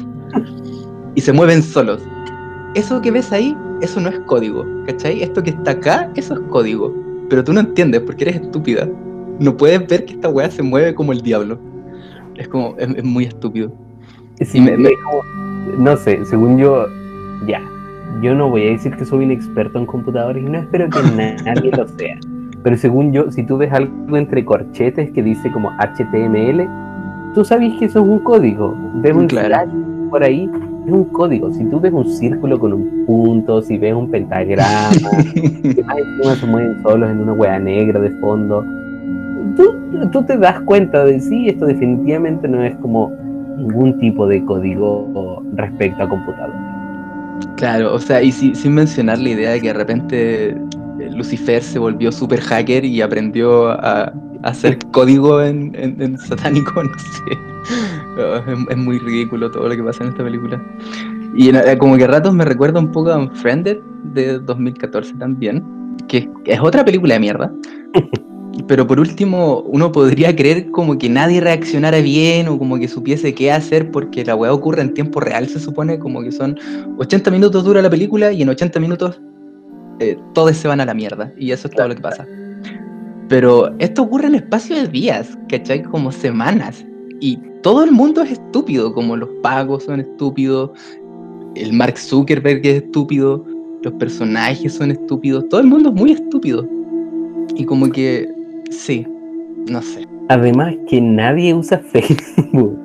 y se mueven solos. Eso que ves ahí, eso no es código, ¿cachai? Esto que está acá, eso es código. Pero tú no entiendes porque eres estúpida. No puedes ver que esta weá se mueve como el diablo. Es como, es, es muy estúpido. Y Sí, me, me- es como, no sé, según yo, ya, yo no voy a decir que soy un experto en computadores y no espero que nadie lo sea, pero según yo, si tú ves algo entre corchetes que dice como H T M L, tú sabes que eso es un código, ves un claro. slash por ahí, es un código, si tú ves un círculo con un punto, si ves un pentagrama, que más encima se mueven solos en una hueá negra de fondo, tú, tú te das cuenta de sí, esto definitivamente no es como ningún tipo de código respecto a computadores. Claro, o sea, y si, sin mencionar la idea de que de repente eh, Lucifer se volvió super hacker y aprendió a, a hacer código en, en, en satánico, no sé. Oh, es, es muy ridículo todo lo que pasa en esta película. Y en- eh, como que a ratos me recuerda un poco a Unfriended de dos mil catorce también, que es otra película de mierda. Pero por último, uno podría creer como que nadie reaccionara bien o como que supiese qué hacer porque la weá ocurre en tiempo real, se supone, como que son ochenta minutos dura la película y en ochenta minutos eh, todos se van a la mierda y eso es todo lo que pasa. Pero esto ocurre en espacio de días, ¿cachai? Como semanas. Y todo el mundo es estúpido, como los pagos son estúpidos, el Mark Zuckerberg es estúpido, los personajes son estúpidos, todo el mundo es muy estúpido. Y como que, sí, no sé. Además que nadie usa Facebook.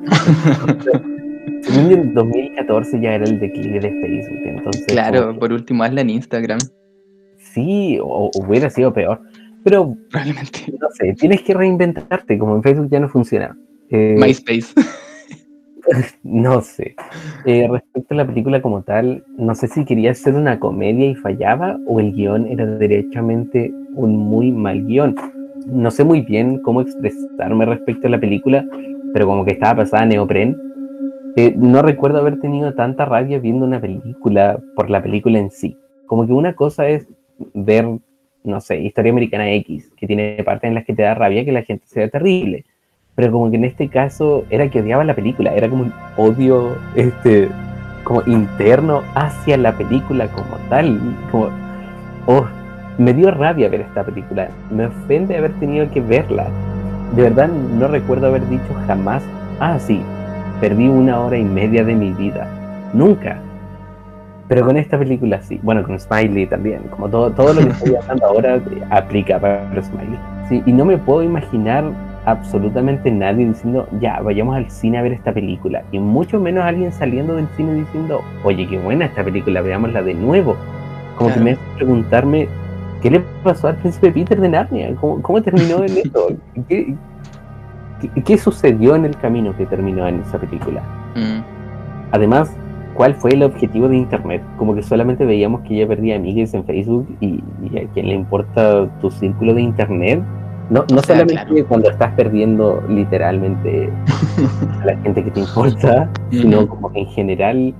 Según yo, en dos mil catorce ya era el declive de Facebook, entonces como Claro, que por último hazla en Instagram, sí, o hubiera sido peor. Pero probablemente. no sé, tienes que reinventarte, como en Facebook ya no funciona. Eh, MySpace. no sé. Eh, respecto a la película como tal, no sé si quería hacer una comedia y fallaba o el guión era derechamente un muy mal guión. No sé muy bien cómo expresarme respecto a la película, pero como que estaba pasada en neopren. Eh, no recuerdo haber tenido tanta rabia viendo una película por la película en sí. Como que una cosa es ver, no sé, Historia Americana X, que tiene partes en las que te da rabia que la gente sea terrible. Pero como que en este caso era que odiaba la película, era como un odio este, como interno hacia la película como tal. Como, oh, me dio rabia ver esta película, me ofende haber tenido que verla. De verdad no recuerdo haber dicho jamás, ah, sí, perdí una hora y media de mi vida. Nunca. Pero con esta película sí. Bueno, con Smiley también. Como todo, todo lo que estoy hablando ahora eh, aplica para Smiley. Sí, y no me puedo imaginar absolutamente nadie diciendo, ya, vayamos al cine a ver esta película. Y mucho menos alguien saliendo del cine diciendo, oye, qué buena esta película, veámosla de nuevo. Como que me Claro. hace preguntarme, ¿qué le pasó al príncipe Peter de Narnia? ¿Cómo, cómo terminó en eso? ¿Qué, qué, ¿Qué sucedió en el camino que terminó en esa película? Mm. Además, ¿cuál fue el objetivo de Internet? Como que solamente veíamos que ella perdía amigues en Facebook y, y a quién le importa tu círculo de Internet. No, O no sea, solamente claro. cuando estás perdiendo literalmente a la gente que te importa, sino Ujú. como que en general,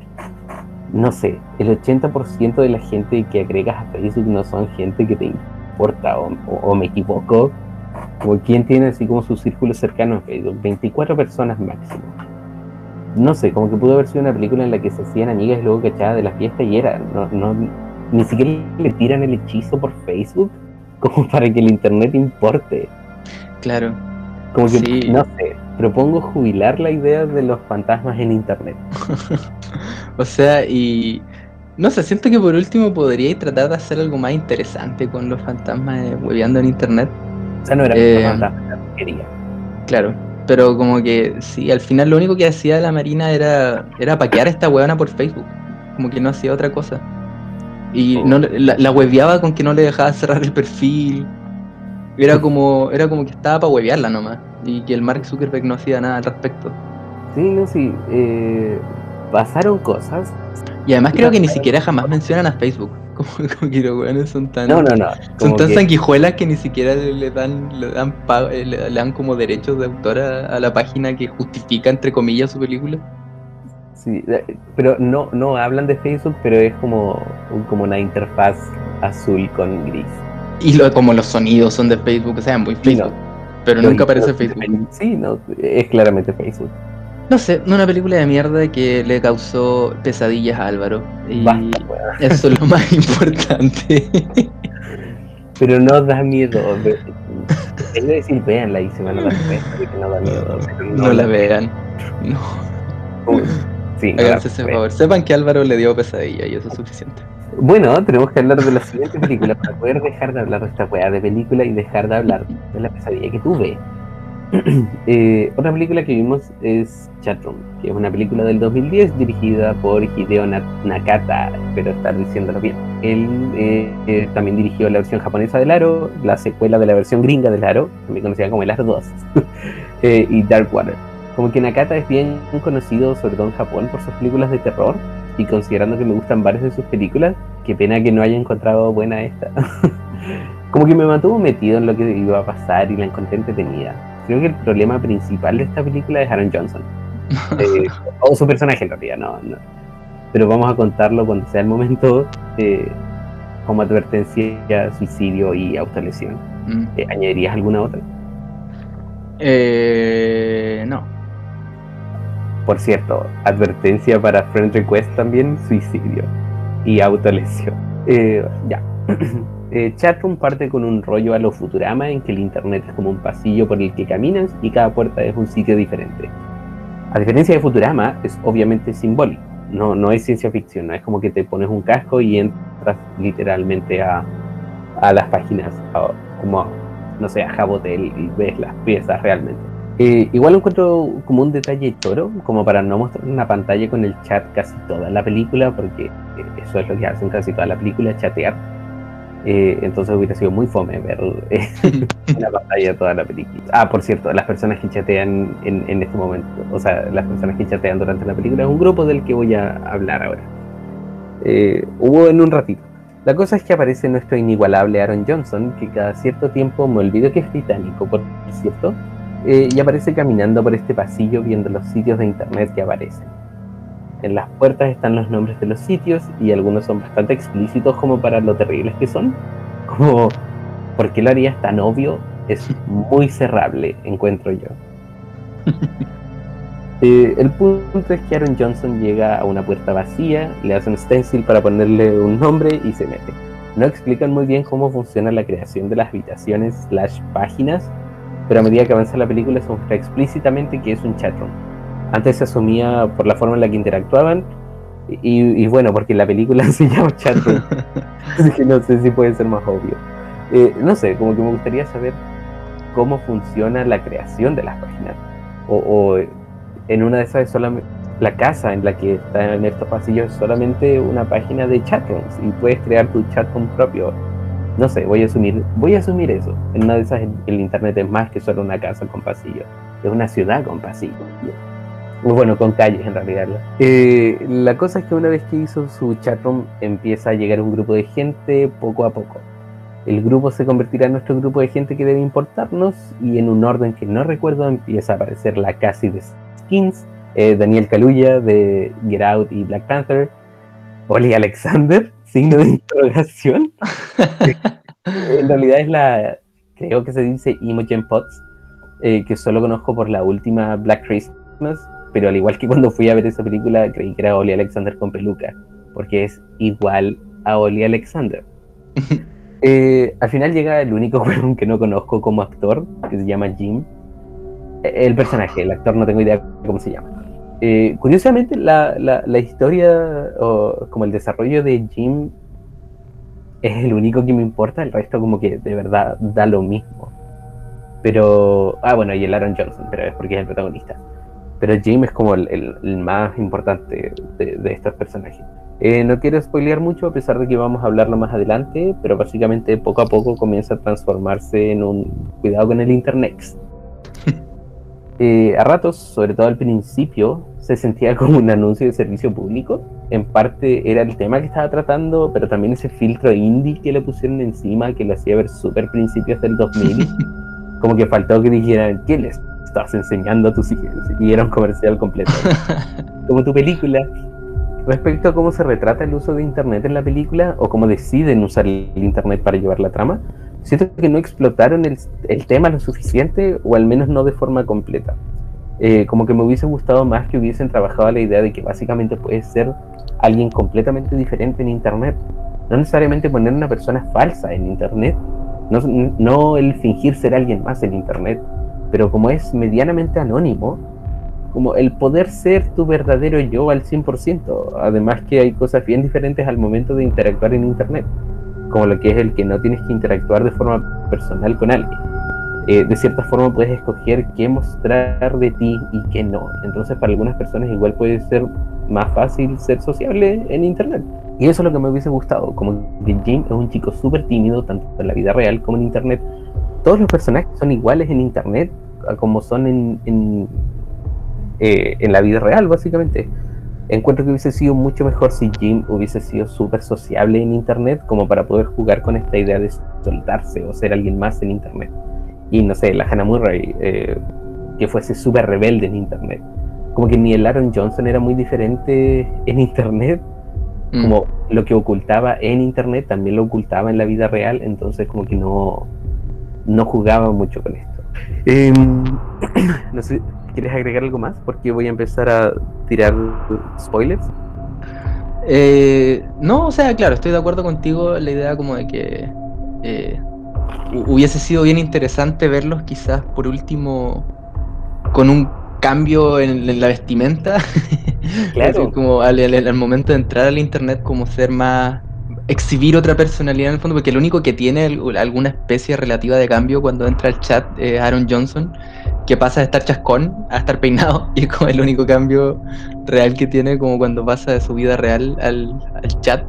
no sé, el ochenta por ciento de la gente que agregas a Facebook no son gente que te importa, o, o, o me equivoco. Como quien tiene así como su círculo cercano en Facebook, veinticuatro personas máximo. No sé, como que pudo haber sido una película en la que se hacían amigas y luego cachadas de la fiesta y era, no, no, ni siquiera le tiran el hechizo por Facebook como para que el internet importe. Claro. Como que, Sí. no sé, propongo jubilar la idea de los fantasmas en internet. O sea, y no sé, siento que por último podríais tratar de hacer algo más interesante con los fantasmas eh, hueveando en internet. O sea, no era Eh, fantasma, era porquería. claro, pero como que sí, al final lo único que hacía la Marina era, era paquear a esta huevona por Facebook. Como que no hacía otra cosa. Y no, O, le- la, la hueveaba con que no le dejaba cerrar el perfil. Era como, era como que estaba para huevearla nomás. Y que el Mark Zuckerberg no hacía nada al respecto. sí, no, sí, eh, pasaron cosas. Y además creo que ni Pasaron siquiera jamás cosas. mencionan a Facebook. Como, como que los weones son No, tan, no, no, son como tan que sanguijuelas que ni siquiera le, le dan, le dan pago- eh, le, le dan como derechos de autor a, a la página que justifica entre comillas su película. sí, eh, pero no, no hablan de Facebook, pero es como, como una interfaz azul con gris. Y lo, como los sonidos son de Facebook, o sea, muy Sí, no, Facebook. Pero los nunca iconos aparece Facebook. independientes. Sí, no, es claramente Facebook. No sé, una película de mierda que le causó pesadillas a Álvaro. Y Basta, weón. eso es lo más importante. Pero no da miedo. ve- Es decir, véanla y se van a dar cuenta de que no da miedo, pero no No la la vean. No. vean. Sí, no la Háganse ese vean. favor. Sepan que Álvaro le dio pesadilla y eso es suficiente. Bueno, tenemos que hablar de la siguiente película para poder dejar de hablar de esta weá de película y dejar de hablar de la pesadilla que tuve. Eh, otra película que vimos es Chatroom, que es una película del dos mil diez dirigida por Hideo Nakata, espero estar diciéndolo bien. Él eh, eh, también dirigió la versión japonesa del Aro, la secuela de la versión gringa del Aro, también conocida como el Aro dos, eh, y Dark Water. Como que Nakata es bien conocido, sobre todo en Japón, por sus películas de terror, y considerando que me gustan varias de sus películas, qué pena que no haya encontrado buena esta. Como que me mantuvo metido en lo que iba a pasar y la encontré entretenida. Creo que el problema principal de esta película es Aaron Johnson. Eh, o su personaje en realidad, no, no. Pero vamos a contarlo cuando sea el momento, eh, como advertencia, suicidio y autolesión. Mm. Eh, ¿Añadirías alguna otra? Eh, no. Por cierto, advertencia para Friend Request también, suicidio y autolesión. Eh, ya. eh, Chatroom parte con un rollo a lo Futurama en que el internet es como un pasillo por el que caminas y cada puerta es un sitio diferente. A diferencia de Futurama, es obviamente simbólico, no, no es ciencia ficción, no es como que te pones un casco y entras literalmente a, a las páginas, a, como, no sé, a Jabotel y ves las piezas realmente. Eh, igual encuentro como un detalle choro, como para no mostrar una pantalla con el chat casi toda la película, porque eso es lo que hacen casi toda la película, chatear. Eh, entonces hubiera sido muy fome ver eh, una pantalla toda la película. Ah, por cierto, las personas que chatean en, en este momento, o sea, las personas que chatean durante la película es un grupo del que voy a hablar ahora. Eh, hubo en un ratito. La cosa es que aparece nuestro inigualable Aaron Johnson, que cada cierto tiempo, me olvido que es británico, por cierto, eh, y aparece caminando por este pasillo viendo los sitios de internet que aparecen. En las puertas están los nombres de los sitios y algunos son bastante explícitos como para lo terribles que son. Como, ¿por qué lo harías tan obvio? Es muy cerrable, encuentro yo. Eh, el punto es que Aaron Johnson llega a una puerta vacía, le hace un stencil para ponerle un nombre y se mete. No explican muy bien cómo funciona la creación de las habitaciones slash páginas, pero a medida que avanza la película se muestra explícitamente que es un chatroom. Antes se asumía por la forma en la que interactuaban y, y bueno, porque la película se llama chatroom. Así que no sé si puede ser más obvio. Eh, no sé, como que me gustaría saber cómo funciona la creación de las páginas. O, o en una de esas es solamente la casa en la que está en estos pasillos es solamente una página de chatrooms y puedes crear tu chatroom propio. No sé, voy a asumir, voy a asumir eso. En una de esas el, el internet es más que solo una casa con pasillos, es una ciudad con pasillos. Bueno, con calles en realidad. Eh, la cosa es que una vez que hizo su chatroom empieza a llegar un grupo de gente poco a poco. El grupo se convertirá en nuestro grupo de gente que debe importarnos y en un orden que no recuerdo empieza a aparecer la Cassie de Skins, eh, Daniel Kaluuya de Get Out y Black Panther, Oli Alexander, signo de interrogación. En realidad es la, creo que se dice Imogen Potts, eh, que solo conozco por la última Black Christmas, pero al igual que cuando fui a ver esa película creí que era Oli Alexander con peluca, porque es igual a Oli Alexander. Eh, al final llega el único que no conozco como actor, que se llama Jim. El personaje, el actor no tengo idea cómo se llama. Eh, curiosamente, la, la, la historia o como el desarrollo de Jim es el único que me importa, el resto como que de verdad da lo mismo. Pero, ah bueno, y el Aaron Johnson, pero es porque es el protagonista. Pero Jim es como el, el, el más importante de, de estos personajes. Eh, no quiero spoilear mucho a pesar de que vamos a hablarlo más adelante, pero básicamente poco a poco comienza a transformarse en un cuidado con el internet. Eh, a ratos, sobre todo al principio, se sentía como un anuncio de servicio público. En parte era el tema que estaba tratando, pero también ese filtro indie que le pusieron encima, que lo hacía ver súper principios del dos mil. Como que faltó que dijeran, ¿qué les estás enseñando a tus hijos? Y era un comercial completo. Como tu película. Respecto a cómo se retrata el uso de internet en la película, o cómo deciden usar el internet para llevar la trama, siento que no explotaron el, el tema lo suficiente, o al menos no de forma completa. Eh, como que me hubiese gustado más que hubiesen trabajado la idea de que básicamente puedes ser alguien completamente diferente en internet. No necesariamente poner una persona falsa en internet, no, no el fingir ser alguien más en internet, pero como es medianamente anónimo, como el poder ser tu verdadero yo al cien por ciento. Además que hay cosas bien diferentes al momento de interactuar en internet, como lo que es el que no tienes que interactuar de forma personal con alguien. Eh, de cierta forma puedes escoger qué mostrar de ti y qué no. Entonces para algunas personas igual puede ser más fácil ser sociable en internet. Y eso es lo que me hubiese gustado, como que Jim es un chico súper tímido, tanto en la vida real como en internet. Todos los personajes son iguales en internet como son en, en, eh, en la vida real, básicamente. Encuentro que hubiese sido mucho mejor si Jim hubiese sido súper sociable en internet, como para poder jugar con esta idea de soltarse o ser alguien más en internet. Y no sé, la Hannah Murray, eh, que fuese súper rebelde en internet. Como que ni el Aaron Johnson era muy diferente en internet, Mm. como lo que ocultaba en internet también lo ocultaba en la vida real, entonces como que no, no jugaba mucho con esto. Eh, no sé, ¿quieres agregar algo más? Porque voy a empezar a tirar spoilers. Eh, no, o sea, claro, estoy de acuerdo contigo en la idea como de que eh, hu- hubiese sido bien interesante verlos quizás por último con un cambio en, en la vestimenta. Es decir, Claro, como al, al- al momento de entrar al internet como ser más, exhibir otra personalidad en el fondo, porque el único que tiene el- alguna especie relativa de cambio cuando entra al chat es Aaron Johnson, que pasa de estar chascón a estar peinado, y es como el único cambio real que tiene como cuando pasa de su vida real al, al chat.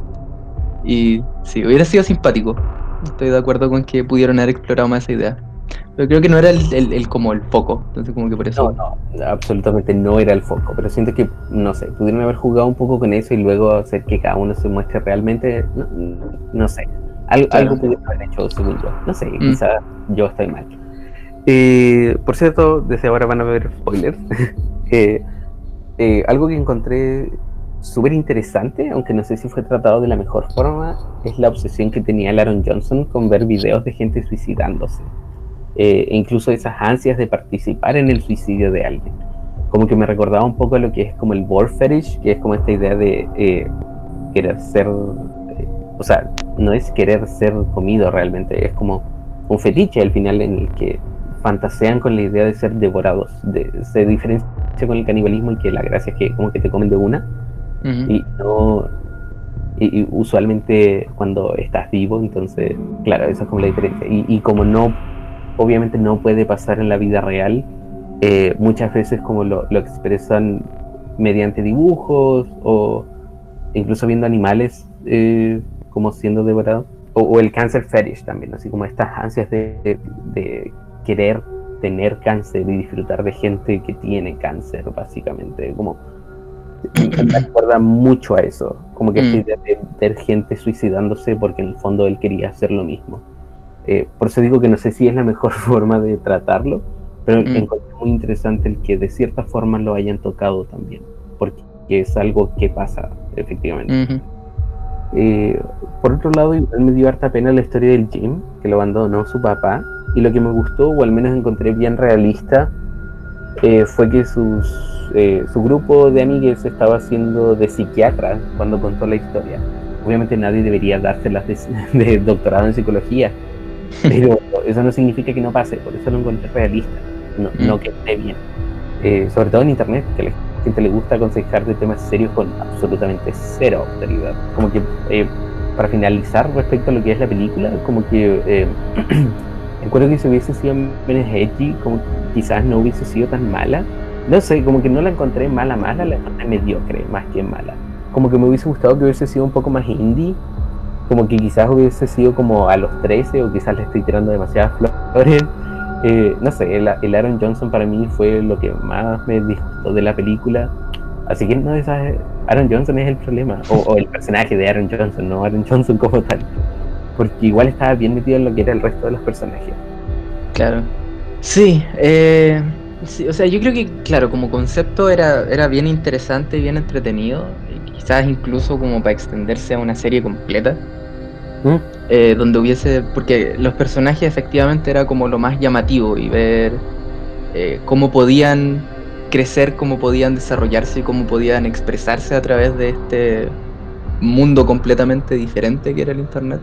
Y sí, hubiera sido simpático. Estoy de acuerdo con que pudieron haber explorado más esa idea. Pero creo que no era el, el- el- como el foco. Entonces como que por no, eso. no, absolutamente no era el foco, pero siento que, no sé, pudieron haber jugado un poco con eso y luego hacer que cada uno se muestre realmente, no, no sé, algo, algo Claro. pudieron haber hecho según yo, no sé, Mm. quizás yo estoy mal. Eh, por cierto, desde ahora van a ver spoilers. eh, eh, algo que encontré súper interesante, aunque no sé si fue tratado de la mejor forma, es la obsesión que tenía el Aaron Johnson con ver videos de gente suicidándose. Eh, e incluso esas ansias de participar en el suicidio de alguien. Como que me recordaba un poco a lo que es como el boar fetish, que es como esta idea de eh, querer ser, eh, o sea, no es querer ser comido realmente, es como un fetiche al final en el que fantasean con la idea de ser devorados. De, se diferencia con el canibalismo en que la gracia es que como que te comen de una Ujú. y no y, y usualmente cuando estás vivo, entonces claro, esa es como la diferencia. Y, y como no, obviamente no puede pasar en la vida real, eh, muchas veces como lo, lo expresan mediante dibujos o incluso viendo animales eh, como siendo devorados. O, o el cancer fetish también, así como estas ansias de, de, de querer tener cáncer y disfrutar de gente que tiene cáncer, básicamente. Como me recuerda mucho a eso, como que esta Mm. idea de ver gente suicidándose porque en el fondo él quería hacer lo mismo. Eh, por eso digo que no sé si es la mejor forma de tratarlo, pero Mm. encontré muy interesante el que de cierta forma lo hayan tocado también, porque es algo que pasa efectivamente. Ujú. Eh, por otro lado, igual me dio harta pena la historia del Jim, que lo abandonó su papá, y lo que me gustó, o al menos encontré bien realista, eh, fue que sus, eh, su grupo de amigues estaba haciendo de psiquiatra cuando contó la historia. Obviamente nadie debería dárselas de, de doctorado en psicología, pero eso no significa que no pase, por eso lo encontré realista, no, no Mm. que esté bien. Eh, sobre todo en internet, que a la gente le gusta aconsejar de temas serios con absolutamente cero autoridad. Como que, eh, para finalizar respecto a lo que es la película, como que eh, encuentro que si hubiese sido menos edgy, como que quizás no hubiese sido tan mala. No sé, como que no la encontré mala mala, la encontré mediocre más que mala. Como que me hubiese gustado que hubiese sido un poco más indie, como que quizás hubiese sido como a los trece, o quizás le estoy tirando demasiadas flores. Eh, no sé, el, el Aaron Johnson para mí fue lo que más me disgustó de la película. Así que no, esa, Aaron Johnson es el problema, o, o el personaje de Aaron Johnson, no Aaron Johnson como tal. Porque igual estaba bien metido en lo que era el resto de los personajes. Claro. Sí, eh, sí, o sea, yo creo que, claro, como concepto era, era bien interesante y bien entretenido, y quizás incluso como para extenderse a una serie completa, ¿Mm? eh, donde hubiese, porque los personajes efectivamente era como lo más llamativo y ver eh, cómo podían crecer, cómo podían desarrollarse y cómo podían expresarse a través de este mundo completamente diferente que era el Internet.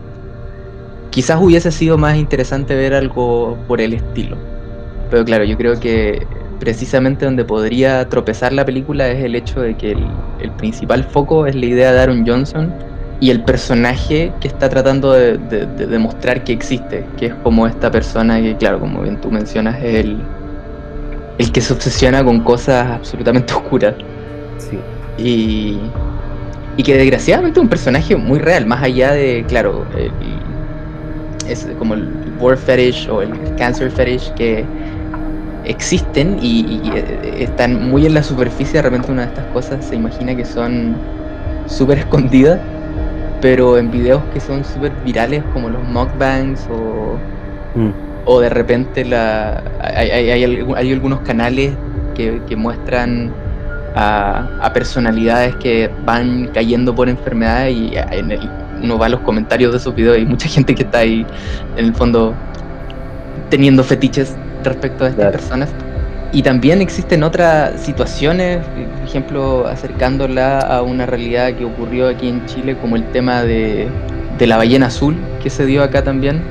Quizás hubiese sido más interesante ver algo por el estilo. Pero claro, yo creo que precisamente donde podría tropezar la película es el hecho de que el, el principal foco es la idea de Aaron Johnson y el personaje que está tratando de, de, de demostrar que existe, que es como esta persona que, claro, como bien tú mencionas, es el, el que se obsesiona con cosas absolutamente oscuras. Sí. Y, y que desgraciadamente es un personaje muy real, más allá de, claro, el, es como el boar fetish o el cancer fetish, que existen y, y, eh, están muy en la superficie. De repente una de estas cosas se imagina que son súper escondidas, pero en videos que son súper virales como los mukbangs o, Mm. o de repente la, hay, hay, hay, algu- hay algunos canales que, que muestran a, a personalidades que van cayendo por enfermedades y en el- uno va a los comentarios de esos videos y hay mucha gente que está ahí en el fondo teniendo fetiches respecto a estas Claro. personas. Y también existen otras situaciones, por ejemplo, acercándola a una realidad que ocurrió aquí en Chile, como el tema de, de la ballena azul, que se dio acá también.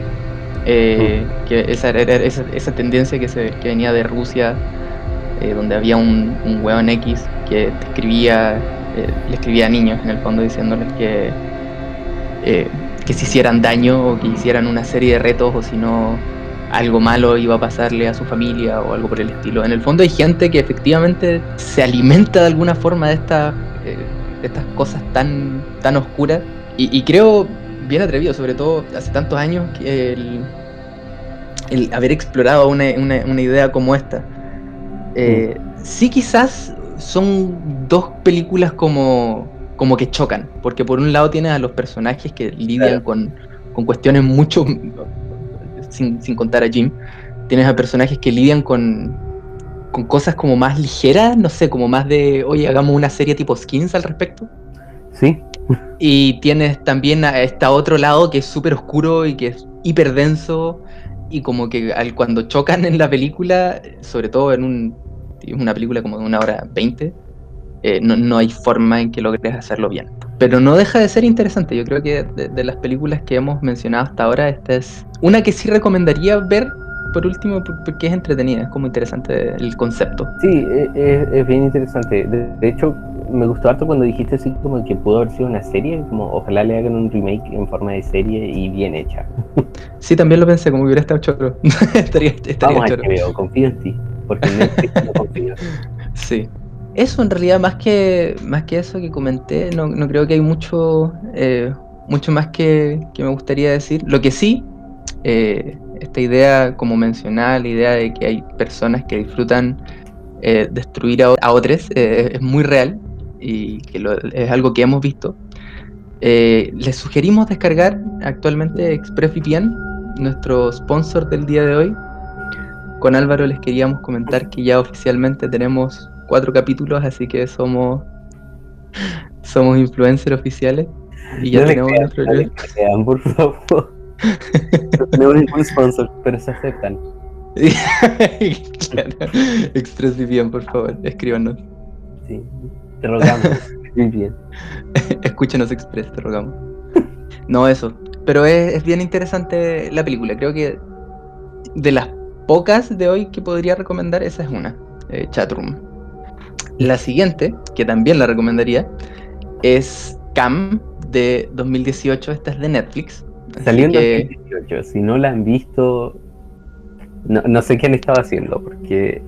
Eh, Mm. que esa, era- esa, esa tendencia que, se, que venía de Rusia, eh, donde había un, un hueón X que te escribía, eh, le escribía a niños en el fondo diciéndoles que, eh, que se hicieran daño o que hicieran una serie de retos o si no algo malo iba a pasarle a su familia o algo por el estilo. En el fondo hay gente que efectivamente se alimenta de alguna forma de estas, eh, de estas cosas tan, tan oscuras y, y creo bien atrevido, sobre todo hace tantos años, que el, el haber explorado una, una, una idea como esta. Mm. Eh, sí, quizás son dos películas como, como que chocan, porque por un lado tienes a los personajes que lidian Claro. con, con cuestiones mucho, sin, sin contar a Jim, tienes a personajes que lidian con, con cosas como más ligeras, no sé, como más de, oye, hagamos una serie tipo Skins al respecto. Sí. Y tienes también a este otro lado que es súper oscuro y que es hiper denso y como que al, cuando chocan en la película, sobre todo en un, una película como de una hora veinte, eh, no, no hay forma en que logres hacerlo bien. Pero no deja de ser interesante. Yo creo que de, de las películas que hemos mencionado hasta ahora, esta es una que sí recomendaría ver por último por- porque es entretenida, es como interesante el concepto. Sí, e- e- es, bien interesante. De, de hecho, me gustó harto cuando dijiste así como que pudo haber sido una serie, como ojalá le hagan un remake en forma de serie y bien hecha. Sí, también lo pensé, como que hubiera estado choro. estaría, estaría Vamos a choro. H B O, confío en ti, porque en Netflix no confío. Sí. Eso en realidad, más que, más que eso que comenté, no, no creo que hay mucho, eh, mucho más que, que me gustaría decir. Lo que sí, eh, esta idea, como mencionaba, la idea de que hay personas que disfrutan eh, destruir a, a otros, eh, es muy real y que lo- es algo que hemos visto. Eh, les sugerimos descargar actualmente ExpressVPN, nuestro sponsor del día de hoy. Con Álvaro les queríamos comentar que ya oficialmente tenemos cuatro capítulos, así que somos, somos influencers oficiales y ya No le tenemos crean, nuestro no le nivel. crean, por favor. No tenemos ningún sponsor, pero se aceptan. Claro. ExpressVPN, por favor, escríbanos. Sí, te rogamos. Muy bien. Escúchenos Express, te rogamos. No, eso. Pero es, es bien interesante la película. Creo que de las pocas de hoy que podría recomendar, esa es una, eh, Chatroom. La siguiente, que también la recomendaría, es Cam de dos mil dieciocho. Esta es de Netflix. Salió Así en que dos mil dieciocho. Si no la han visto, no, no sé qué han estado haciendo, porque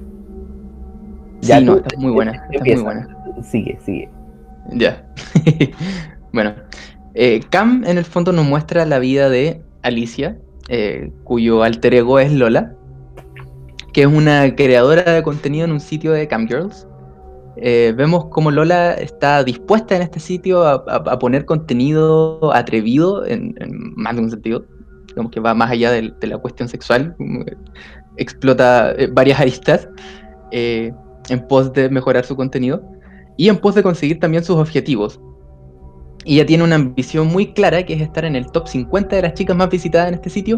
sí, ya no, tú esta es muy buena. Esta es muy empieza. buena. Sigue, sigue. Ya. Bueno, eh, Cam en el fondo nos muestra la vida de Alicia, eh, cuyo alter ego es Lola, que es una creadora de contenido en un sitio de Cam Girls. Eh, vemos cómo Lola está dispuesta en este sitio a, a- a poner contenido atrevido en, en más de un sentido, digamos que va más allá de, de la cuestión sexual, como que explota eh, varias aristas eh, en pos de mejorar su contenido y en pos de conseguir también sus objetivos. Y ella tiene una ambición muy clara que es estar en el top cincuenta de las chicas más visitadas en este sitio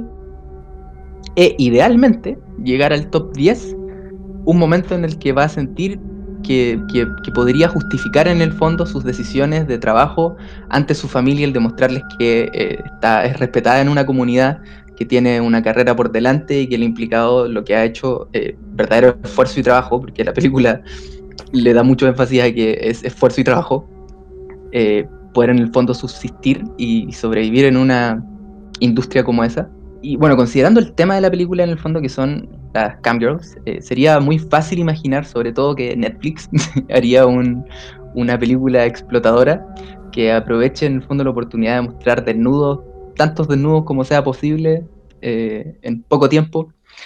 e idealmente llegar al top diez, un momento en el que va a sentir que, que, que podría justificar en el fondo sus decisiones de trabajo ante su familia, el demostrarles que eh, está, es respetada en una comunidad, que tiene una carrera por delante y que le ha implicado lo que ha hecho eh, verdadero esfuerzo y trabajo, porque la película le da mucho énfasis a que es esfuerzo y trabajo, eh, poder en el fondo subsistir y sobrevivir en una industria como esa. Y bueno, considerando el tema de la película en el fondo que son las Cam Girls, eh, sería muy fácil imaginar sobre todo que Netflix haría un, una película explotadora que aproveche en el fondo la oportunidad de mostrar desnudos, tantos desnudos como sea posible, eh, en poco tiempo,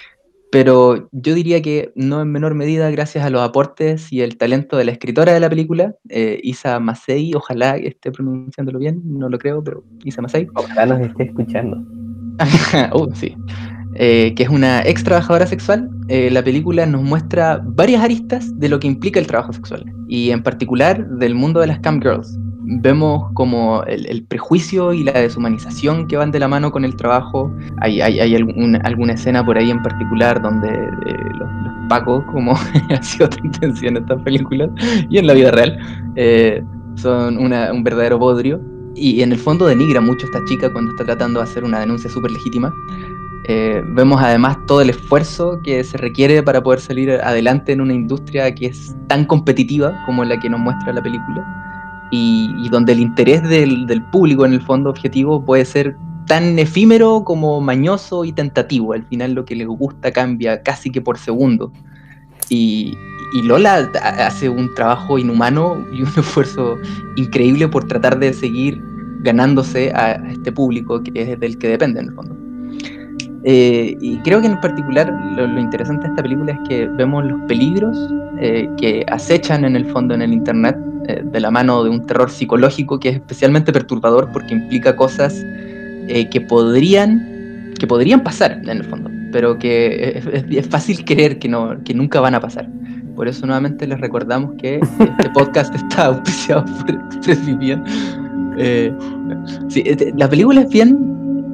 pero yo diría que no en menor medida gracias a los aportes y el talento de la escritora de la película, eh, Issa Masei, ojalá esté pronunciándolo bien, no lo creo, pero Issa Masei. Ojalá nos esté escuchando. uh, sí. Eh, que es una ex trabajadora sexual. Eh, la película nos muestra varias aristas de lo que implica el trabajo sexual, y en particular del mundo de las cam girls. Vemos como el, el prejuicio y la deshumanización que van de la mano con el trabajo. Hay, hay, hay algún, alguna escena por ahí en particular donde eh, los, los pacos, como ha sido tendencia en estas películas y en la vida real, eh, son una, un verdadero bodrio. Y en el fondo denigra mucho a esta chica cuando está tratando de hacer una denuncia súper legítima. Eh, vemos además todo el esfuerzo que se requiere para poder salir adelante en una industria que es tan competitiva como la que nos muestra la película, y, y donde el interés del, del público en el fondo objetivo puede ser tan efímero como mañoso y tentativo. Al final lo que les gusta cambia casi que por segundo. Y, y Lola hace un trabajo inhumano y un esfuerzo increíble por tratar de seguir ganándose a este público que es del que depende en el fondo. Eh, y creo que en particular lo, lo interesante de esta película es que vemos los peligros eh, que acechan en el fondo en el internet, eh, de la mano de un terror psicológico que es especialmente perturbador porque implica cosas eh, que podrían que podrían pasar en el fondo, pero que es, es, es fácil creer que, no, que nunca van a pasar. Por eso nuevamente les recordamos que este podcast está auspiciado por ExpressVPN. Eh, sí, la película es bien...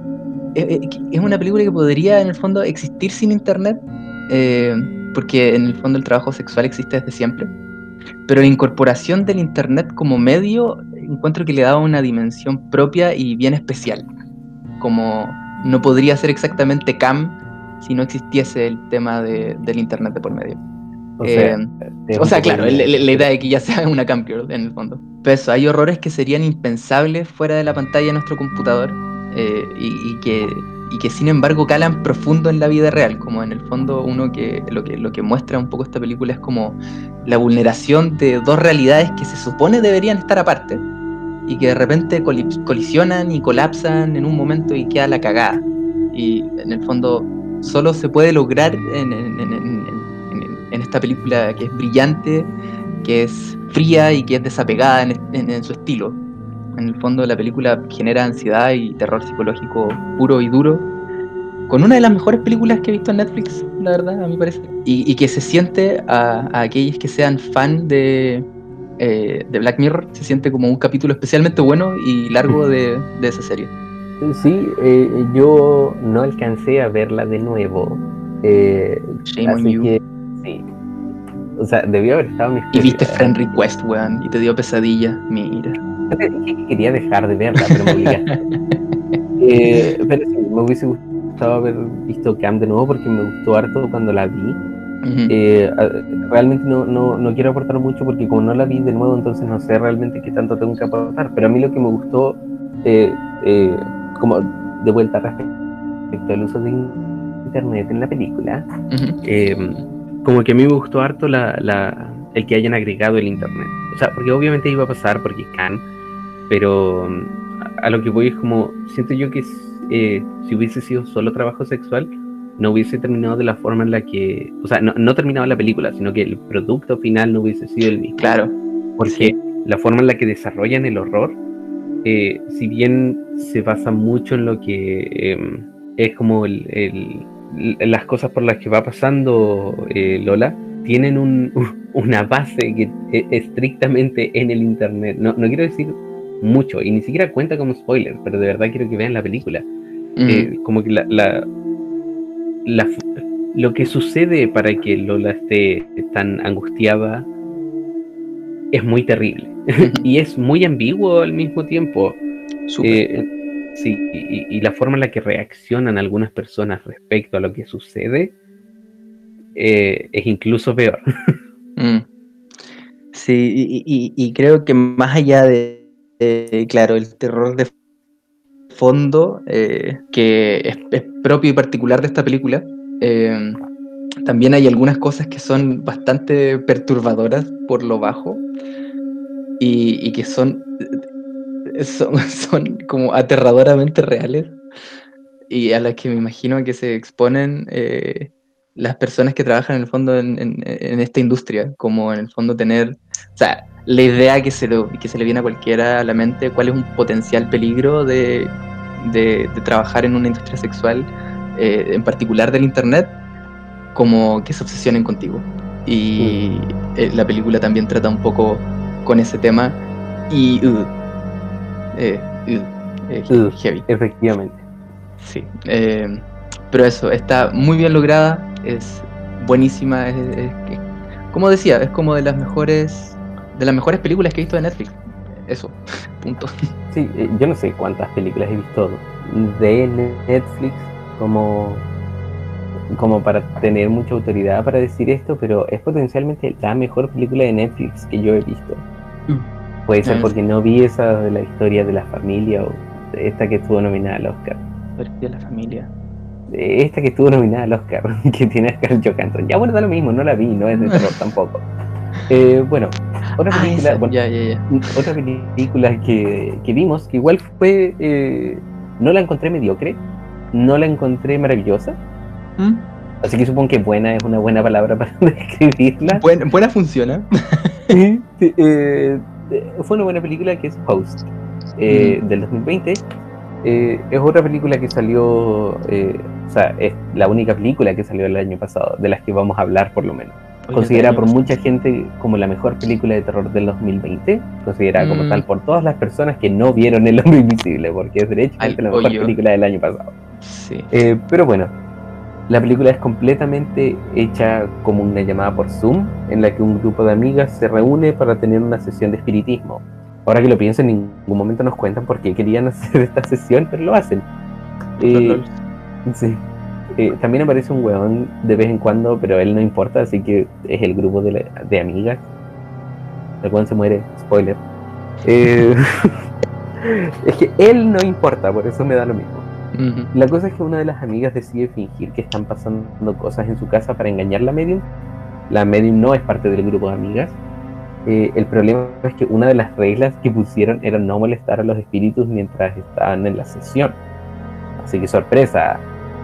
es una película que podría en el fondo existir sin internet, eh, porque en el fondo el trabajo sexual existe desde siempre, pero la incorporación del internet como medio encuentro que le da una dimensión propia y bien especial, como no podría ser exactamente cam si no existiese el tema de, del internet de por medio. O sea, eh, o sea claro, la, la idea de que ya sea una cam girl en el fondo. Pero eso, hay horrores que serían impensables fuera de la pantalla de nuestro computador, eh, y, y, que, y que sin embargo calan profundo en la vida real, como en el fondo uno que lo, que lo que muestra un poco esta película es como la vulneración de dos realidades que se supone deberían estar aparte y que de repente col- colisionan y colapsan en un momento y queda la cagada. Y en el fondo solo se puede lograr en, en, en, en, en, en esta película que es brillante, que es fría y que es desapegada en, en, en su estilo. En el fondo la película genera ansiedad y terror psicológico puro y duro, con una de las mejores películas que he visto en Netflix, la verdad, a mi parecer. Y, y que se siente a, a aquellos que sean fan de, eh, de Black Mirror, se siente como un capítulo especialmente bueno y largo de, de esa serie. Sí, eh, yo no alcancé a verla de nuevo. Eh, Shame on así you. que, sí. O sea, debió haber estado en mis Y viste prioridades. Friend Request, weón, y te dio pesadilla. Mira. Yo te dije que quería dejar de verla, pero me obligaste. eh, pero sí, me hubiese gustado haber visto Cam de nuevo porque me gustó harto cuando la vi. Uh-huh. Eh, realmente no, no, no quiero aportar mucho porque como no la vi de nuevo, entonces no sé realmente qué tanto tengo que aportar. Pero a mí lo que me gustó, eh, eh, como de vuelta respecto al uso de internet en la película, Uh-huh. eh, como que a mí me gustó harto la, la, el que hayan agregado el internet. O sea, porque obviamente iba a pasar porque can, pero a, a lo que voy es como, siento yo que eh, si hubiese sido solo trabajo sexual, no hubiese terminado de la forma en la que, o sea, no, no terminaba la película, sino que el producto final no hubiese sido el mismo. Claro. Porque Sí. la forma en la que desarrollan el horror, eh, si bien se basa mucho en lo que eh, es como el, el, las cosas por las que va pasando eh, Lola, tienen un, una base que es estrictamente en el internet. No, no quiero decir mucho, y ni siquiera cuenta como spoiler, pero de verdad quiero que vean la película. Uh-huh. Eh, como que la, la, la, lo que sucede para que Lola esté tan angustiada es muy terrible. Uh-huh. Y es muy ambiguo al mismo tiempo. Eh, sí, y, y la forma en la que reaccionan algunas personas respecto a lo que sucede eh, es incluso peor. Mm. Sí, y, y, y creo que más allá de, de claro, el terror de fondo, eh, que es, es propio y particular de esta película, eh, también hay algunas cosas que son bastante perturbadoras por lo bajo y, y que son, son, son como aterradoramente reales y a las que me imagino que se exponen eh, las personas que trabajan en el fondo en, en- en esta industria, como en el fondo tener, o sea, la idea que se, lo- que se le viene a cualquiera a la mente, cuál es un potencial peligro de, de- de trabajar en una industria sexual, eh, en particular del internet, como que se obsesionen contigo. Y eh, la película también trata un poco con ese tema y uh, eh, uh, eh, Uh, heavy. efectivamente. Sí, eh, pero eso, está muy bien lograda, es buenísima, es, es- es- como decía, es como de las mejores, de las mejores películas que he visto de Netflix. Eso, punto. Sí, eh, yo no sé cuántas películas he visto de Netflix como, como para tener mucha autoridad para decir esto, pero es potencialmente la mejor película de Netflix que yo he visto. Puede ser Eh, porque no vi esa de la historia de la familia o esta que estuvo nominada al Oscar. de la familia. Eh, Esta que estuvo nominada al Oscar, que tiene a Scarlett Johansson. Ya bueno, da lo mismo, no la vi, no es de terror tampoco. Eh, bueno, otra Ah, película, esa, bueno, ya, ya, ya. otra película que, que vimos, que igual fue, eh, no la encontré mediocre, no la encontré maravillosa, ¿Mm? así que supongo que buena es una buena palabra para describirla. Buen- buena funciona. Sí, sí, eh, fue una buena película que es Host, eh, Mm, del dos mil veinte. Eh, es otra película que salió, eh, o sea, es la única película que salió el año pasado, de las que vamos a hablar por lo menos. oye, es del Considerada año por pasado. mucha gente como la mejor película de terror del dos mil veinte, considerada como Mm, tal por todas las personas que no vieron El Hombre Invisible, porque es derechamente al la mejor hoyo. película del año pasado. Sí. Eh, pero bueno, la película es completamente hecha como una llamada por Zoom, en la que un grupo de amigas se reúne para tener una sesión de espiritismo. Ahora que lo pienso, en ningún momento nos cuentan por qué querían hacer esta sesión, pero lo hacen. Por los Eh, lols. sí. Eh, también aparece un weón de vez en cuando, pero él no importa, así que es el grupo de, la- de amigas. El weón se muere, spoiler. Eh, es que él no importa, por eso me da lo mismo. Ujú. La cosa es que una de las amigas decide fingir que están pasando cosas en su casa para engañar a la medium. La medium no es parte del grupo de amigas. Eh, el problema es que una de las reglas que pusieron era no molestar a los espíritus mientras estaban en la sesión. Así que sorpresa,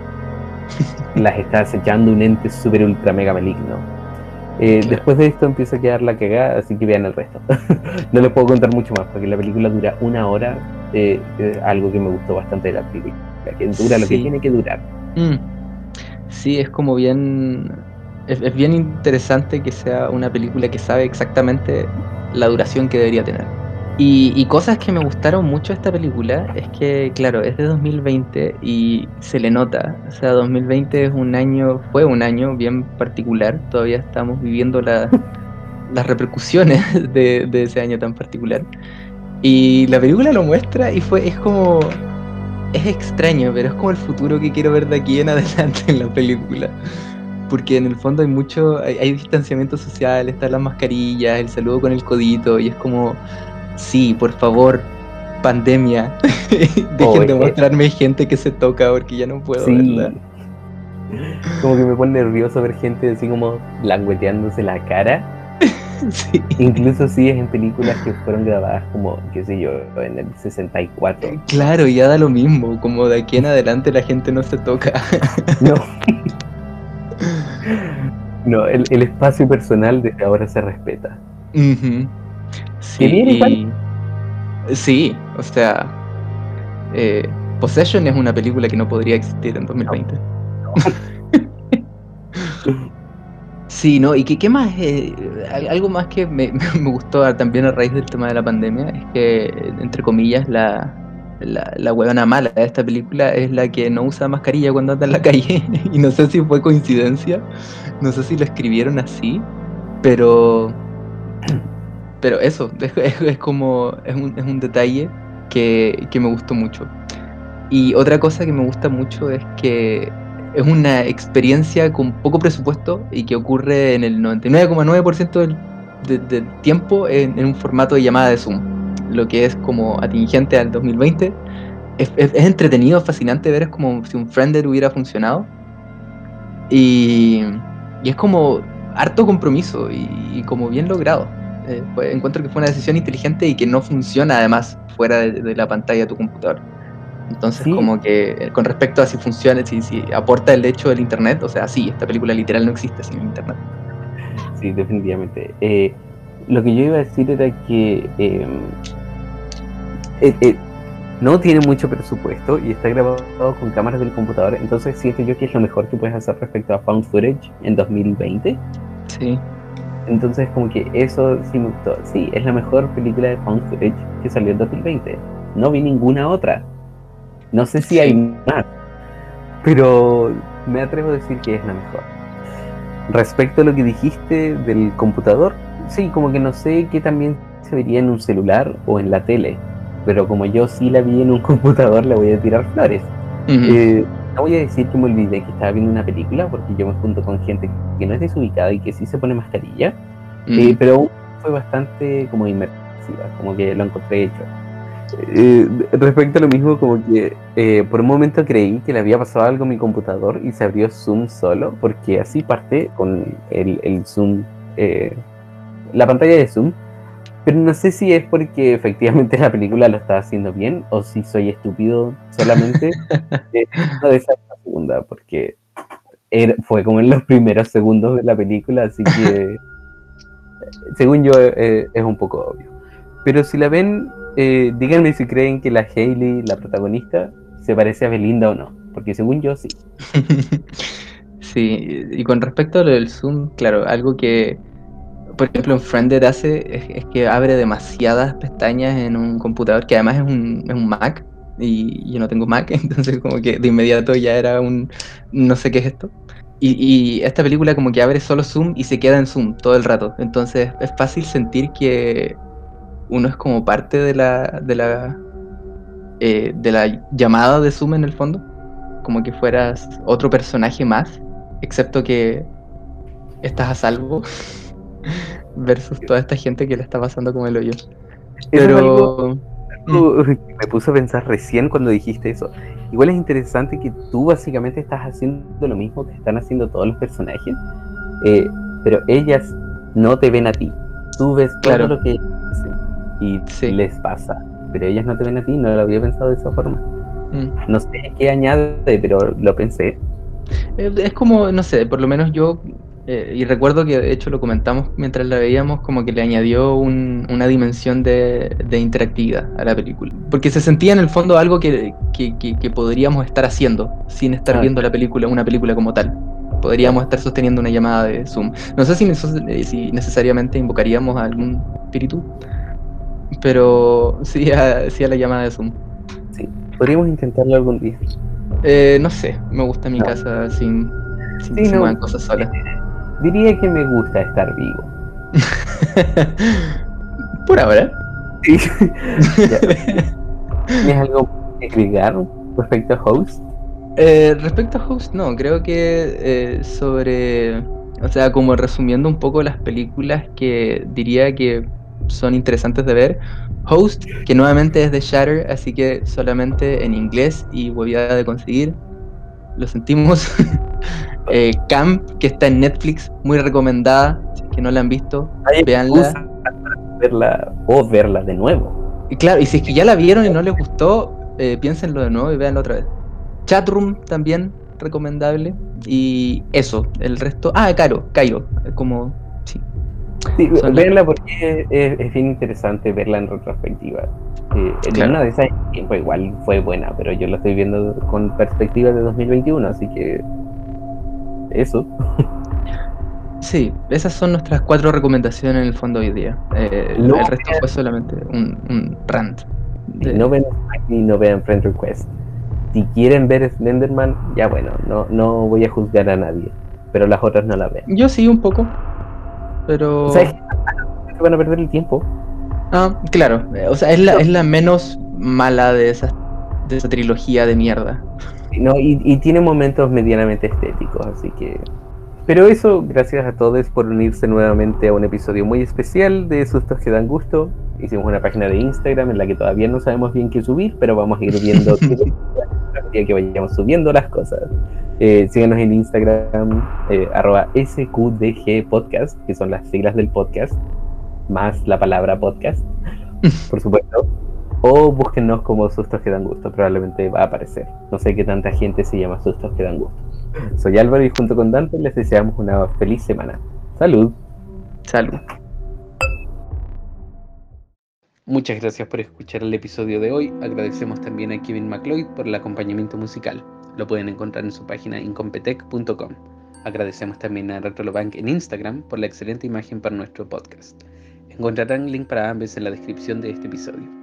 las está acechando un ente super ultra mega maligno. Eh, Claro. Después de esto empieza a quedar la cagada, así que vean el resto. No les puedo contar mucho más porque la película dura una hora, eh, eh, algo que me gustó bastante de la película, que dura lo que Sí. tiene que durar. Mm. Sí, es como bien. Es, es bien interesante que sea una película que sabe exactamente la duración que debería tener. Y, y cosas que me gustaron mucho de esta película es que, claro, es de dos mil veinte y se le nota. O sea, dos mil veinte es un año, fue un año bien particular. Todavía estamos viviendo la- las repercusiones de, de ese año tan particular. Y la película lo muestra y fue, es como. Es extraño, pero es como el futuro que quiero ver de aquí en adelante en la película. Porque en el fondo hay mucho, hay, hay distanciamiento social, están las mascarillas, el saludo con el codito, y es como, sí, por favor, pandemia, Oh, dejen de es que mostrarme gente que se toca porque ya no puedo verla. sí, como que me pone nervioso ver gente así como langueteándose la cara. Sí, Incluso si es en películas que fueron grabadas como, qué sé yo, en el sesenta y cuatro. claro, ya da lo mismo, como de aquí en adelante la gente no se toca. No, no, el, el espacio personal desde ahora se respeta. Ujú. Que Sí, bien igual. y sí, o sea, eh, Possession es una película que no podría existir en No, dos mil veinte. no. Sí, ¿no? ¿Y qué, qué más? eh, al- algo más que me, me gustó a- también a raíz del tema de la pandemia es que, entre comillas, la, la, la huevona mala de esta película es la que no usa mascarilla cuando anda en la calle. Y no sé si fue coincidencia, no sé si lo escribieron así, pero, pero eso, es, es- es como, es un, es un detalle que, que me gustó mucho. Y otra cosa que me gusta mucho es que es una experiencia con poco presupuesto y que ocurre en el noventa y nueve coma nueve por ciento del, de- del tiempo en, en un formato de llamada de Zoom, lo que es como atingente al dos mil veinte. Es, es- es entretenido, fascinante ver, es como si un Friender hubiera funcionado y, y es como harto compromiso y, y como bien logrado. Eh, fue- encuentro que fue una decisión inteligente y que no funciona además fuera de, de la pantalla de tu computador. Entonces, Sí, como que eh, con respecto a si funciona, si, si aporta el hecho del internet, o sea, sí, esta película literal no existe sin el internet. sí, definitivamente. Eh, lo que yo iba a decir era que eh, eh, eh, no tiene mucho presupuesto y está grabado con cámaras del computador, entonces siento yo que es lo mejor que puedes hacer respecto a found footage en dos mil veinte. Sí. Entonces como que eso sí me gustó. Sí, es la mejor película de found footage que salió en dos mil veinte. No vi ninguna otra. No sé si hay Sí. más, pero me atrevo a decir que es la mejor. Respecto a lo que dijiste del computador, sí, como que no sé qué también se vería en un celular o en la tele, pero como yo sí la vi en un computador, le voy a tirar flores. Ujú, Eh, no voy a decir que me olvidé que estaba viendo una película, porque yo me junto con gente que no es desubicada y que sí se pone mascarilla, eh, ujú. pero fue bastante como inmersiva, como que lo encontré hecho. Eh, respecto a lo mismo, como que eh, por un momento creí que le había pasado algo a mi computador y se abrió Zoom solo, porque así parte con el, el Zoom, eh, la pantalla de Zoom, pero no sé si es porque efectivamente la película lo está haciendo bien o si soy estúpido solamente. Eh, no de esa segunda, porque era- fue como en los primeros segundos de la película, así que según yo eh, es un poco obvio. Pero si la ven, eh, díganme si creen que la Hailey, la protagonista, se parece a Belinda o no. Porque según yo, sí. Sí, y con respecto a lo del Zoom, claro, algo que, por ejemplo, en Friended hace es, es que abre demasiadas pestañas en un computador que además es un, es un Mac y yo no tengo Mac, entonces como que de inmediato ya era un no sé qué es esto. Y, y esta película como que abre solo Zoom y se queda en Zoom todo el rato, entonces es fácil sentir que uno es como parte de la, de la, eh, de la llamada de Zoom en el fondo, como que fueras otro personaje más, excepto que estás a salvo versus toda esta gente que le está pasando como el hoyo. Eso es algo, Pero mm, algo que me puse a pensar recién cuando dijiste eso. Igual es interesante que tú básicamente estás haciendo lo mismo que están haciendo todos los personajes, eh, pero ellas no te ven a ti. Tú ves todo claro, lo que ellas hacen y sí. les pasa, pero ellas no te ven a ti. No lo había pensado de esa forma. Mm. No sé qué añade, pero lo pensé. Eh, Es como, no sé, por lo menos yo, eh, y recuerdo que de hecho lo comentamos mientras la veíamos, como que le añadió un- una dimensión de, de interactividad a la película. Porque se sentía en el fondo algo que, que, que- que podríamos estar haciendo sin estar Ah, viendo la película, una película como tal. Podríamos claro. estar sosteniendo una llamada de Zoom. No sé si, neces- eh, si necesariamente invocaríamos a algún espíritu, pero sí a, sí a la llamada de Zoom. Sí, podríamos intentarlo algún día. Eh, no sé, me gusta mi No, casa sin, sin que sí, se no, muevan cosas solas. diría que me gusta estar vivo. Por ahora. Sí. Ya, ¿tienes algo que agregar respecto a Host? Eh, respecto a Host, no, creo que eh, sobre, o sea, como resumiendo un poco las películas que diría que son interesantes de ver, Host, que nuevamente es de Shatter, así que solamente en inglés y hueviada de conseguir, lo sentimos. eh, Camp, que está en Netflix, muy recomendada, si es que no la han visto, Hay véanla. excusa para verla o verla de nuevo. Y claro, y si es que ya la vieron y no les gustó, eh, piénsenlo de nuevo y véanla otra vez. Chatroom también recomendable. Y eso, el resto. Ah, Caro, Cairo. Como. Sí, Sí, son las. verla porque es, es bien interesante verla en retrospectiva. Eh, en Claro. una de esas tiempo igual fue buena, pero yo la estoy viendo con perspectiva de dos mil veintiuno, así que eso. Sí, esas son nuestras cuatro recomendaciones en el fondo hoy día. Eh, el, No el resto vean, fue solamente un, un rant. no De... vean ni no vean Friend Request. Si quieren ver Slenderman, ya bueno, no, no voy a juzgar a nadie, pero las otras no la vean. Yo sí, un poco, ¿Sabes pero. qué? Van a perder el tiempo. Ah, claro. eh, O sea, es la, es la menos mala de esa, de esa trilogía de mierda. No, y, y tiene momentos medianamente estéticos, así que... Pero eso, gracias a todos por unirse nuevamente a un episodio muy especial de Sustos que dan gusto. Hicimos una página de Instagram en la que todavía no sabemos bien qué subir, pero vamos a ir viendo qué a medida que vayamos subiendo las cosas. Eh, síganos en Instagram, eh, arroba S Q D G Podcast, que son las siglas del podcast, más la palabra podcast, por supuesto. O búsquennos como Sustos que dan gusto, probablemente va a aparecer. No sé qué tanta gente se llama Sustos que dan gusto. Soy Álvaro y junto con Dante les deseamos una feliz semana. Salud. Salud. Muchas gracias por escuchar el episodio de hoy. Agradecemos también a Kevin MacLeod por el acompañamiento musical. Lo pueden encontrar en su página incompetech punto com. Agradecemos también a Retrolobank en Instagram por la excelente imagen para nuestro podcast. Encontrarán link para ambos en la descripción de este episodio.